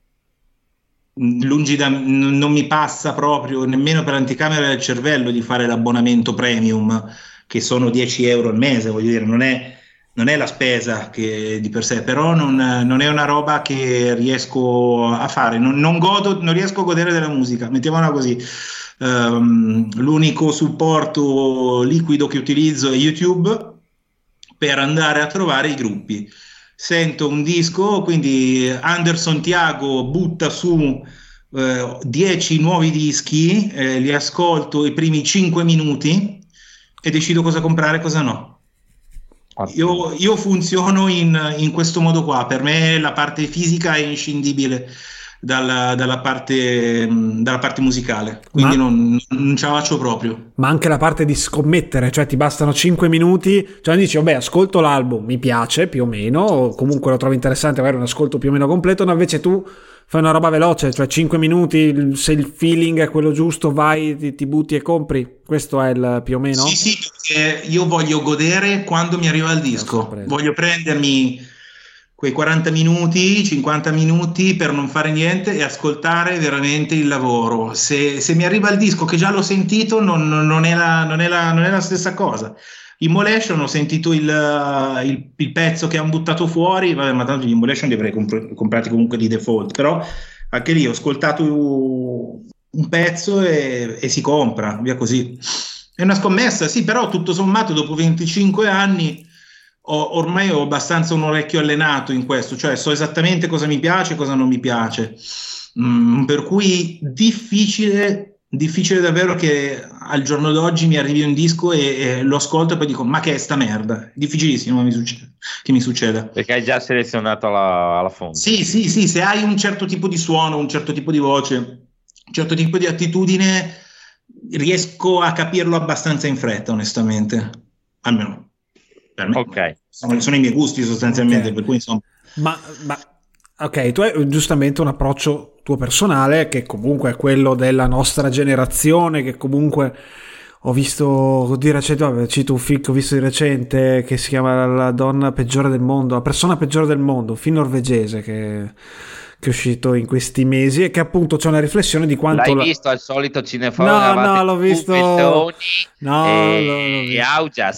Speaker 3: lungi da... non mi passa proprio nemmeno per l'anticamera del cervello di fare l'abbonamento premium, che sono dieci euro al mese, voglio dire, non è, non è la spesa che di per sé, però non, non è una roba che riesco a fare, non, non godo, non riesco a godere della musica, mettiamola così. Um, l'unico supporto liquido che utilizzo è YouTube per andare a trovare i gruppi. Sento un disco, quindi Anderson Tiago butta su eh, dieci nuovi dischi, eh, li ascolto i primi cinque minuti e decido cosa comprare e cosa no. Io, io funziono in, in questo modo qua. Per me la parte fisica è inscindibile dalla, dalla, parte, dalla parte musicale, quindi ma, non, non ce la faccio proprio.
Speaker 2: Ma anche la parte di scommettere, cioè ti bastano cinque minuti, cioè dici vabbè ascolto l'album, mi piace più o meno, o comunque lo trovo interessante, magari un ascolto più o meno completo, no, invece tu fai una roba veloce, cioè cinque minuti, se il feeling è quello giusto vai, ti, ti butti e compri. Questo è il più o meno?
Speaker 3: Sì, sì, perché io voglio godere quando mi arriva il disco. Voglio prendermi quei quaranta minuti, cinquanta minuti per non fare niente e ascoltare veramente il lavoro. Se, se mi arriva il disco che già l'ho sentito, non, non, è, la, non, è, la, non è la stessa cosa. Immolation, ho sentito il, il, il pezzo che hanno buttato fuori, vabbè, ma tanto gli Immolation li avrei comp- comprati comunque di default, però anche lì ho ascoltato un pezzo e, e si compra, via così. È una scommessa, sì, però tutto sommato dopo venticinque anni ho, ormai ho abbastanza un orecchio allenato in questo, cioè so esattamente cosa mi piace e cosa non mi piace, mm, per cui difficile... difficile davvero che al giorno d'oggi mi arrivi un disco e, e lo ascolto e poi dico ma che è sta merda, difficilissimo mi succede, che mi succeda,
Speaker 1: perché hai già selezionato alla, alla fonte.
Speaker 3: Sì, sì, sì, se hai un certo tipo di suono, un certo tipo di voce, un certo tipo di attitudine, riesco a capirlo abbastanza in fretta, onestamente, almeno per me.
Speaker 1: Ok,
Speaker 3: sono, sono i miei gusti sostanzialmente,
Speaker 2: okay.
Speaker 3: Per cui insomma
Speaker 2: ma, ma ok, tu hai giustamente un approccio tuo personale che comunque è quello della nostra generazione, che comunque ho visto di recente, vabbè, cito un film che ho visto di recente che si chiama La donna peggiore del mondo, la persona peggiore del mondo, un film norvegese che, che è uscito in questi mesi e che appunto c'è una riflessione di quanto...
Speaker 1: L'hai
Speaker 2: la...
Speaker 1: visto al solito cinefono?
Speaker 2: No, no, l'ho visto...
Speaker 1: Pestroni
Speaker 2: no,
Speaker 1: e,
Speaker 2: l'ho visto.
Speaker 1: e Augias.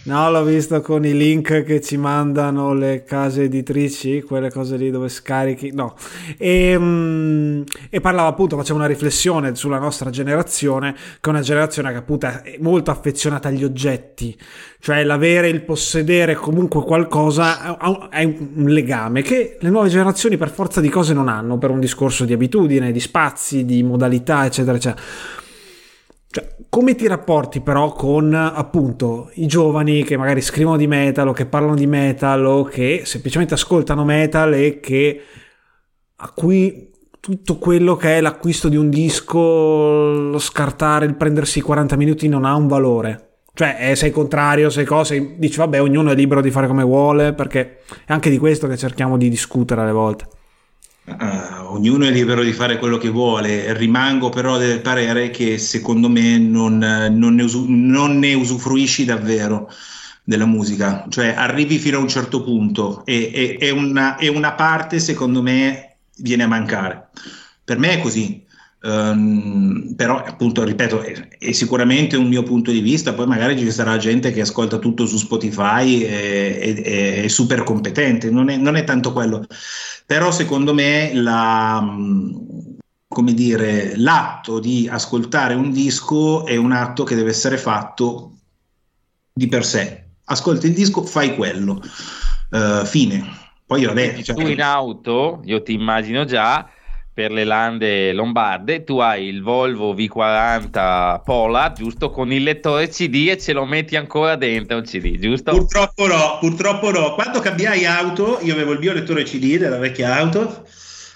Speaker 2: No, l'ho visto con i link che ci mandano le case editrici, quelle cose lì dove scarichi, no. E, mm, e parlava appunto, faceva una riflessione sulla nostra generazione, che è una generazione che appunto è molto affezionata agli oggetti, cioè l'avere, il possedere comunque qualcosa è un legame che le nuove generazioni per forza di cose non hanno, per un discorso di abitudine, di spazi, di modalità, eccetera, eccetera. Cioè, come ti rapporti però con appunto i giovani che magari scrivono di metal o che parlano di metal o che semplicemente ascoltano metal e che a cui tutto quello che è l'acquisto di un disco, lo scartare, il prendersi quaranta minuti non ha un valore? Cioè, eh, sei contrario, sei cose, dici vabbè, ognuno è libero di fare come vuole, perché è anche di questo che cerchiamo di discutere alle volte.
Speaker 3: Uh, ognuno è libero di fare quello che vuole, rimango però del parere che secondo me non, non, ne, usu, non ne usufruisci davvero della musica, cioè arrivi fino a un certo punto e, e, e, una, e una parte secondo me viene a mancare. Per me è così. Um, però appunto ripeto è, è sicuramente un mio punto di vista, poi magari ci sarà gente che ascolta tutto su Spotify e è, è super competente, non è, non è tanto quello, però secondo me la, come dire, l'atto di ascoltare un disco è un atto che deve essere fatto di per sé. Ascolti il disco, fai quello, uh, fine. Poi vabbè, cioè,
Speaker 1: tu in auto, io ti immagino già per le lande lombarde, tu hai il Volvo V quaranta Pola, giusto, con il lettore C D e ce lo metti ancora dentro il C D, giusto?
Speaker 3: Purtroppo no, purtroppo no. Quando cambiai auto, io avevo il mio lettore C D della vecchia auto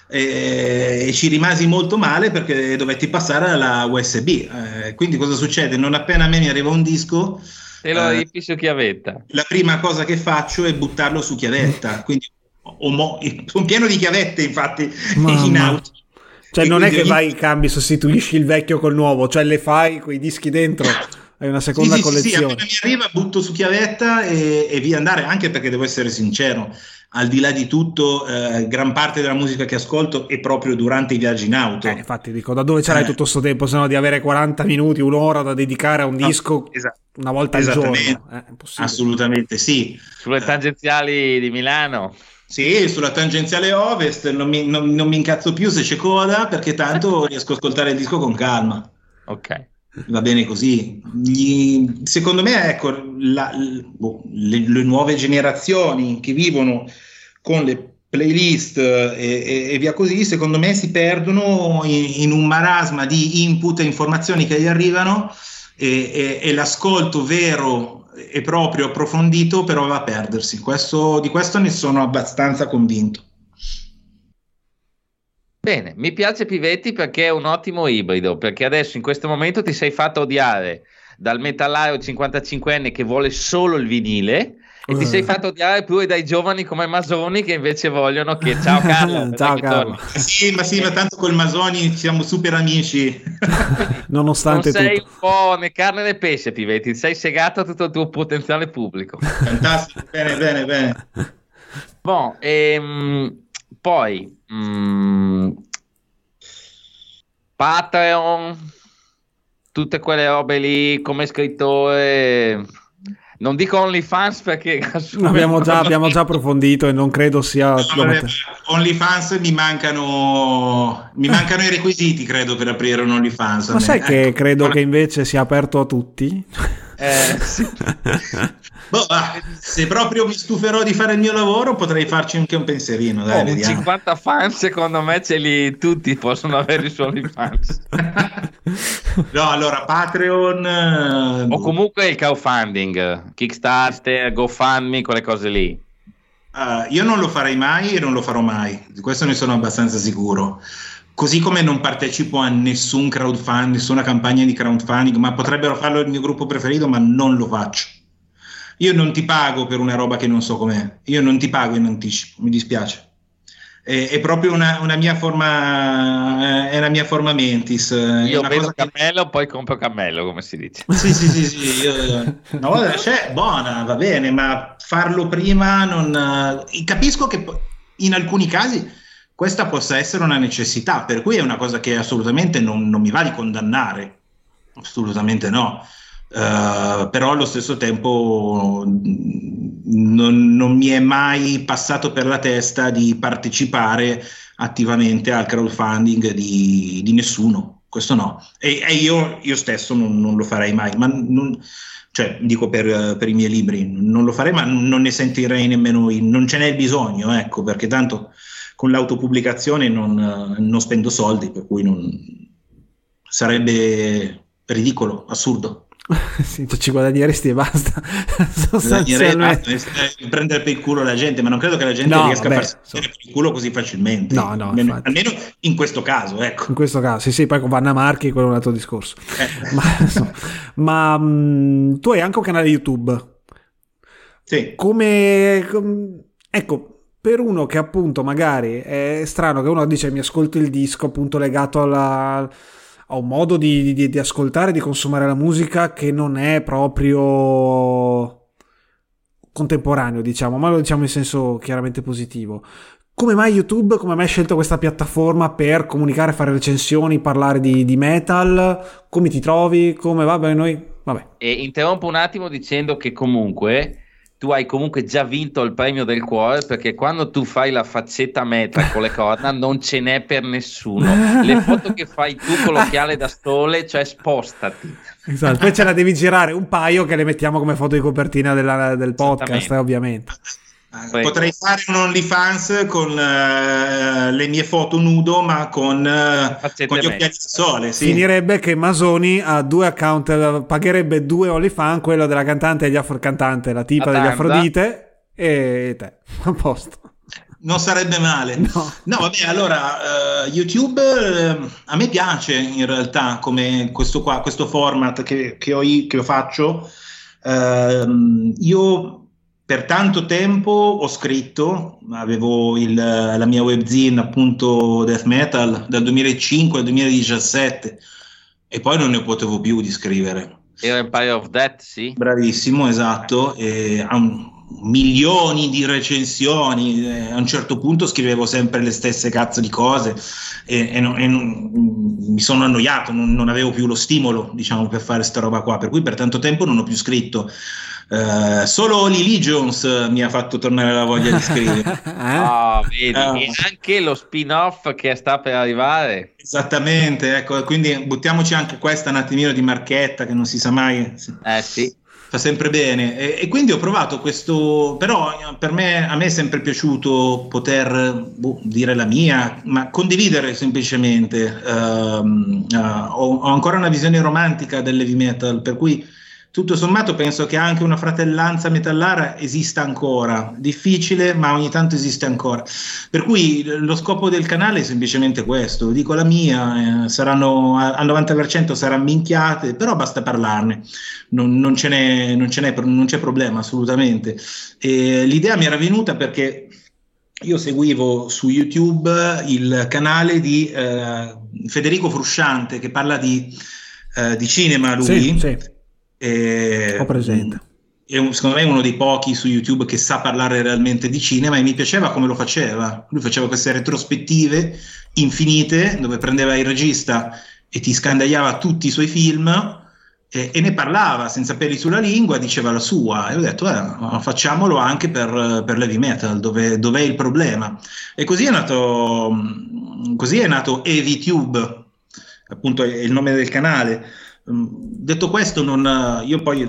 Speaker 3: e, e ci rimasi molto male perché dovetti passare alla U S B. Eh, quindi cosa succede? Non appena a me mi arriva un disco,
Speaker 1: te lo
Speaker 3: eh,
Speaker 1: riempi su chiavetta.
Speaker 3: La prima cosa che faccio è buttarlo su chiavetta, quindi Mo- sono pieno di chiavette infatti.
Speaker 2: Mamma.
Speaker 3: In auto,
Speaker 2: cioè
Speaker 3: e
Speaker 2: non è che
Speaker 3: ogni...
Speaker 2: vai, cambi, sostituisci il vecchio col nuovo, cioè le fai quei dischi dentro, hai una seconda
Speaker 3: sì, sì,
Speaker 2: collezione.
Speaker 3: sì, appena mi arriva butto su chiavetta e, e via andare, anche perché devo essere sincero, al di là di tutto eh, gran parte della musica che ascolto è proprio durante i viaggi in auto.
Speaker 2: Eh, infatti dico, da dove c'hai
Speaker 3: eh.
Speaker 2: tutto sto tempo, se no di avere quaranta minuti, un'ora da dedicare a un
Speaker 3: no,
Speaker 2: disco
Speaker 3: esatto.
Speaker 2: Una volta al giorno? Eh,
Speaker 3: assolutamente sì.
Speaker 1: Sulle tangenziali di Milano?
Speaker 3: Sì, sulla tangenziale ovest non mi, non, non mi incazzo più se c'è coda, perché tanto riesco a ascoltare il disco con calma.
Speaker 1: Ok.
Speaker 3: Va bene così. Gli, secondo me, ecco, la, boh, le, le nuove generazioni che vivono con le playlist e, e, e via così, secondo me si perdono in, in un marasma di input e informazioni che gli arrivano e, e, e l'ascolto vero e proprio approfondito però va a perdersi. Questo, di questo ne sono abbastanza convinto.
Speaker 1: Bene, mi piace Pivetti perché è un ottimo ibrido, perché adesso in questo momento ti sei fatto odiare dal metallaio cinquantacinquenne che vuole solo il vinile e uh. ti sei fatto odiare pure dai giovani come Masoni che invece vogliono che ciao Carlo,
Speaker 2: ciao Carlo.
Speaker 3: Sì, ma sì, ma tanto col Masoni siamo super amici.
Speaker 2: Nonostante
Speaker 1: non sei
Speaker 2: tutto.
Speaker 1: un po' né carne né pesce Pivetti, sei segato a tutto il tuo potenziale pubblico.
Speaker 3: Fantastico, bene, bene, bene.
Speaker 1: Bon, ehm, poi mm, Patreon, tutte quelle robe lì come scrittore, non dico OnlyFans perché
Speaker 2: abbiamo già, abbiamo già approfondito e non credo sia
Speaker 3: no, vabbè, OnlyFans mi mancano mi mancano i requisiti credo per aprire un OnlyFans.
Speaker 2: Ma sai che
Speaker 3: ecco,
Speaker 2: credo
Speaker 3: guarda...
Speaker 2: che invece sia aperto a tutti?
Speaker 3: Eh, sì. Boh, ah, se proprio mi stuferò di fare il mio lavoro potrei farci anche un pensierino, dai,
Speaker 1: oh,
Speaker 3: vediamo.
Speaker 1: cinquanta fan secondo me ce li tutti possono avere i suoi fans.
Speaker 3: No, allora Patreon
Speaker 1: o comunque il crowdfunding, Kickstarter, GoFundMe, quelle cose lì.
Speaker 3: Uh, io non lo farei mai e non lo farò mai, di questo ne sono abbastanza sicuro. Così come non partecipo a nessun crowdfunding, nessuna campagna di crowdfunding, ma potrebbero farlo il mio gruppo preferito, ma non lo faccio. Io non ti pago per una roba che non so com'è, io non ti pago in anticipo, mi dispiace. È, è proprio una, una mia forma, è una mia forma mentis.
Speaker 1: Io vedo
Speaker 3: vedo
Speaker 1: cammello, che... poi compro cammello, come si dice.
Speaker 3: Sì, sì, sì, sì. Io, no, cioè, buona, va bene, ma farlo prima non... Capisco che in alcuni casi questa possa essere una necessità, per cui è una cosa che assolutamente non, non mi va di condannare, assolutamente no. uh, però allo stesso tempo non, non mi è mai passato per la testa di partecipare attivamente al crowdfunding di, di nessuno, questo no, e, e io, io stesso non, non lo farei mai, ma non, cioè dico per, per i miei libri, non lo farei, ma non ne sentirei nemmeno, non ce n'è il bisogno, ecco, perché tanto con l'autopubblicazione non, non spendo soldi, per cui non, sarebbe ridicolo, assurdo.
Speaker 2: Sì, ci guadagneresti e basta.
Speaker 3: Sostanzialmente prendere per il culo la gente, ma non credo che la gente no, riesca vabbè, a farsi so. per il culo così facilmente.
Speaker 2: No, no,
Speaker 3: almeno, almeno in questo caso, ecco.
Speaker 2: In questo caso, sì, sì, poi con Vanna Marchi quello è un altro discorso. Eh. Ma, insomma, ma mh, tu hai anche un canale YouTube.
Speaker 3: Sì.
Speaker 2: Come, com, ecco, per uno che appunto magari è strano che uno dice mi ascolto il disco appunto legato alla a un modo di, di, di ascoltare, di consumare la musica che non è proprio contemporaneo, diciamo, ma lo diciamo in senso chiaramente positivo. Come mai YouTube? Come mai hai scelto questa piattaforma per comunicare, fare recensioni, parlare di, di metal? Come ti trovi? Come va? Beh, noi... Vabbè.
Speaker 1: E interrompo un attimo dicendo che comunque tu hai comunque già vinto il premio del cuore, perché quando tu fai la faccetta metal con le corna non ce n'è per nessuno. Le foto che fai tu con l'occhiale da sole, cioè spostati.
Speaker 2: Esatto, poi ce la devi girare un paio che le mettiamo come foto di copertina della, del podcast, eh, ovviamente.
Speaker 3: Prego. Potrei fare un OnlyFans con uh, le mie foto nudo, ma con, uh, con gli occhiali da sole. Sì.
Speaker 2: Finirebbe che Masoni ha due account, pagherebbe due OnlyFans, quello della cantante degli Afro- cantante, la tipa degli Afrodite, e te, a posto.
Speaker 3: Non sarebbe male. No, no vabbè, allora uh, YouTube uh, a me piace in realtà come questo qua, questo format che, che, ho, che io faccio. Uh, io per tanto tempo ho scritto, avevo il, la mia webzine appunto Death Metal dal duemilacinque al duemiladiciassette e poi non ne potevo più di scrivere.
Speaker 1: Era Empire of Death, sì?
Speaker 3: Bravissimo, esatto, e ha un, milioni di recensioni, e a un certo punto scrivevo sempre le stesse cazzo di cose e, e, non, e non, mi sono annoiato, non, non avevo più lo stimolo, diciamo, per fare sta roba qua, per cui per tanto tempo non ho più scritto. Uh, solo Lily Jones mi ha fatto tornare la voglia di scrivere.
Speaker 1: Oh, vedi, uh, e anche lo spin-off che sta per arrivare.
Speaker 3: Esattamente, ecco, quindi buttiamoci anche questa un attimino di marchetta che non si sa mai.
Speaker 1: Eh sì.
Speaker 3: Fa sempre bene e, e quindi ho provato questo, però per me, a me è sempre piaciuto poter boh, dire la mia, ma condividere semplicemente. Uh, uh, ho, ho ancora una visione romantica dell'heavy metal, per cui tutto sommato penso che anche una fratellanza metallara esista ancora, difficile ma ogni tanto esiste ancora, per cui lo scopo del canale è semplicemente questo, dico la mia, eh, saranno al novanta per cento saranno minchiate, però basta parlarne, non, non, ce n'è, non, ce n'è, non c'è problema assolutamente. E l'idea mi era venuta perché io seguivo su YouTube il canale di eh, Federico Frusciante che parla di, eh, di cinema, lui.
Speaker 2: Sì, sì.
Speaker 3: E,
Speaker 2: ho presente.
Speaker 3: È un, secondo me è uno dei pochi su YouTube che sa parlare realmente di cinema e mi piaceva come lo faceva. Lui faceva queste retrospettive infinite dove prendeva il regista e ti scandagliava tutti i suoi film e, e ne parlava senza peli sulla lingua, diceva la sua e ho detto eh, facciamolo anche per, per l'heavy metal, dove, dov'è il problema, e così è nato così è nato EavyTube, appunto è il nome del canale. Detto questo, non, io poi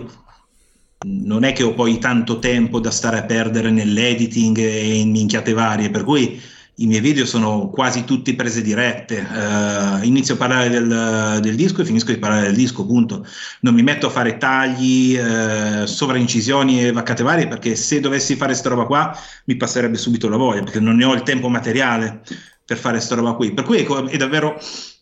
Speaker 3: non è che ho poi tanto tempo da stare a perdere nell'editing e in minchiate varie, per cui i miei video sono quasi tutti prese dirette, uh, inizio a parlare del, del disco e finisco di parlare del disco, punto. Non mi metto a fare tagli, uh, sovraincisioni e vaccate varie, perché se dovessi fare sta roba qua mi passerebbe subito la voglia, perché non ne ho il tempo materiale per fare sta roba qui, per cui è, è davvero,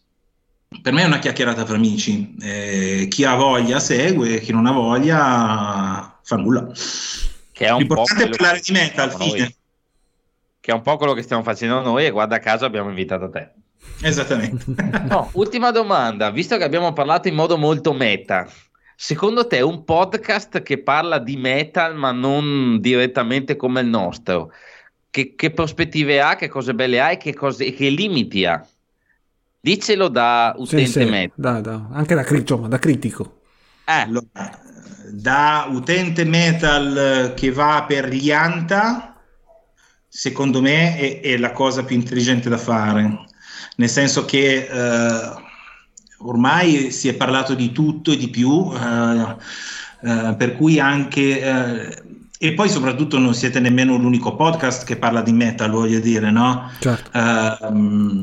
Speaker 3: per me è una chiacchierata fra amici, eh, chi ha voglia segue, chi non ha voglia fa nulla.
Speaker 1: Che è un
Speaker 3: L'importante
Speaker 1: po'
Speaker 3: è parlare di metal, fine.
Speaker 1: Che è un po' quello che stiamo facendo noi e guarda caso abbiamo invitato te.
Speaker 3: Esattamente.
Speaker 1: No, ultima domanda, visto che abbiamo parlato in modo molto meta, secondo te un podcast che parla di metal ma non direttamente come il nostro, che, che prospettive ha, che cose belle ha e che, cose, che limiti ha? Dicelo da utente
Speaker 2: sì, sì,
Speaker 1: metal.
Speaker 2: da, da, anche da, insomma, da critico.
Speaker 1: Eh.
Speaker 3: Allora, da utente metal che va per gli anta, secondo me è, è la cosa più intelligente da fare, nel senso che eh, ormai si è parlato di tutto e di più, eh, eh, per cui anche eh, e poi soprattutto non siete nemmeno l'unico podcast che parla di metal, voglio dire, no?
Speaker 2: Certo.
Speaker 3: Uh,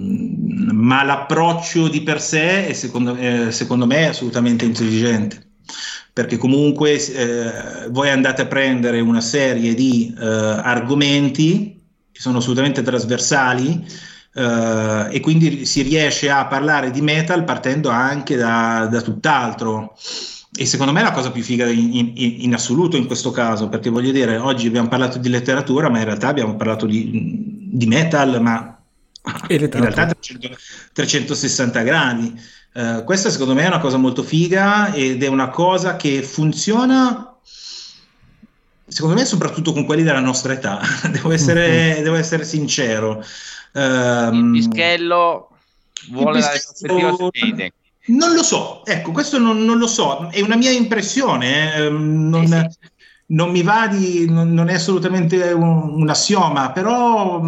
Speaker 3: ma l'approccio di per sé è secondo, eh, secondo me è assolutamente intelligente, perché comunque eh, voi andate a prendere una serie di eh, argomenti che sono assolutamente trasversali, eh, e quindi si riesce a parlare di metal partendo anche da, da tutt'altro. E secondo me è la cosa più figa in, in, in assoluto in questo caso, perché voglio dire, oggi abbiamo parlato di letteratura, ma in realtà abbiamo parlato di, di metal, ma in realtà trecentosessanta gradi. Uh, questa secondo me è una cosa molto figa ed è una cosa che funziona, secondo me, soprattutto con quelli della nostra età. devo, essere, mm-hmm. devo essere sincero.
Speaker 1: Uh, il pischello vuole la prospettiva su Mayday.
Speaker 3: Non lo so, ecco, questo non, non lo so, è una mia impressione, eh. non, eh sì. non mi va di, non, non è assolutamente un, un assioma, però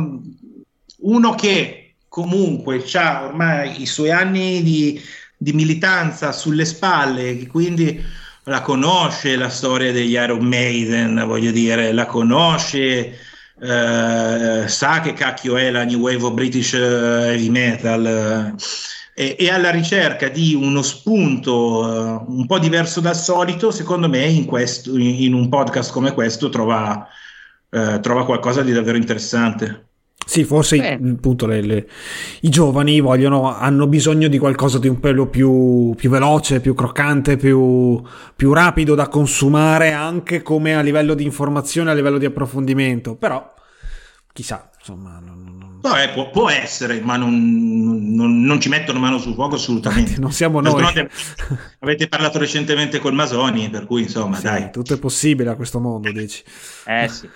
Speaker 3: uno che comunque ha ormai i suoi anni di, di militanza sulle spalle, che quindi la conosce la storia degli Iron Maiden, voglio dire, la conosce, eh, sa che cacchio è la New Wave of British Heavy Metal, e, e alla ricerca di uno spunto uh, un po' diverso dal solito, secondo me in, questo, in, in un podcast come questo trova, uh, trova qualcosa di davvero interessante.
Speaker 2: Sì, forse i, appunto le, le, i giovani vogliono, hanno bisogno di qualcosa di un pelo più, più veloce, più croccante, più, più rapido da consumare, anche come a livello di informazione, a livello di approfondimento, però chissà, insomma non, non...
Speaker 3: No, eh, può, può essere, ma non, non, non ci mettono mano sul fuoco assolutamente.
Speaker 2: Non siamo noi.
Speaker 3: Avete, avete parlato recentemente col Masoni, per cui insomma
Speaker 2: sì,
Speaker 3: dai,
Speaker 2: tutto è possibile a questo mondo, dici.
Speaker 1: Eh sì.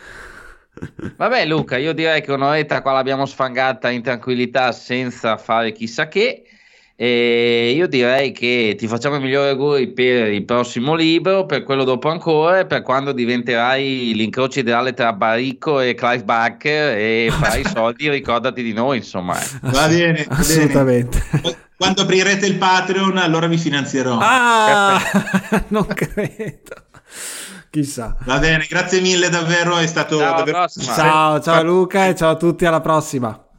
Speaker 1: Vabbè Luca, io direi che un'oretta qua l'abbiamo sfangata in tranquillità senza fare chissà che, e io direi che ti facciamo i migliori auguri per il prossimo libro, per quello dopo ancora, e per quando diventerai l'incrocio ideale tra Baricco e Clive Barker e farai soldi, ricordati di noi, insomma.
Speaker 3: Va bene, va
Speaker 2: assolutamente
Speaker 3: bene. Quando aprirete il Patreon allora vi finanzierò.
Speaker 2: Ah, non credo. Chissà.
Speaker 3: Va bene, grazie mille davvero, è stato
Speaker 1: ciao,
Speaker 3: davvero...
Speaker 2: Ciao, ciao Luca e ciao a tutti, alla prossima.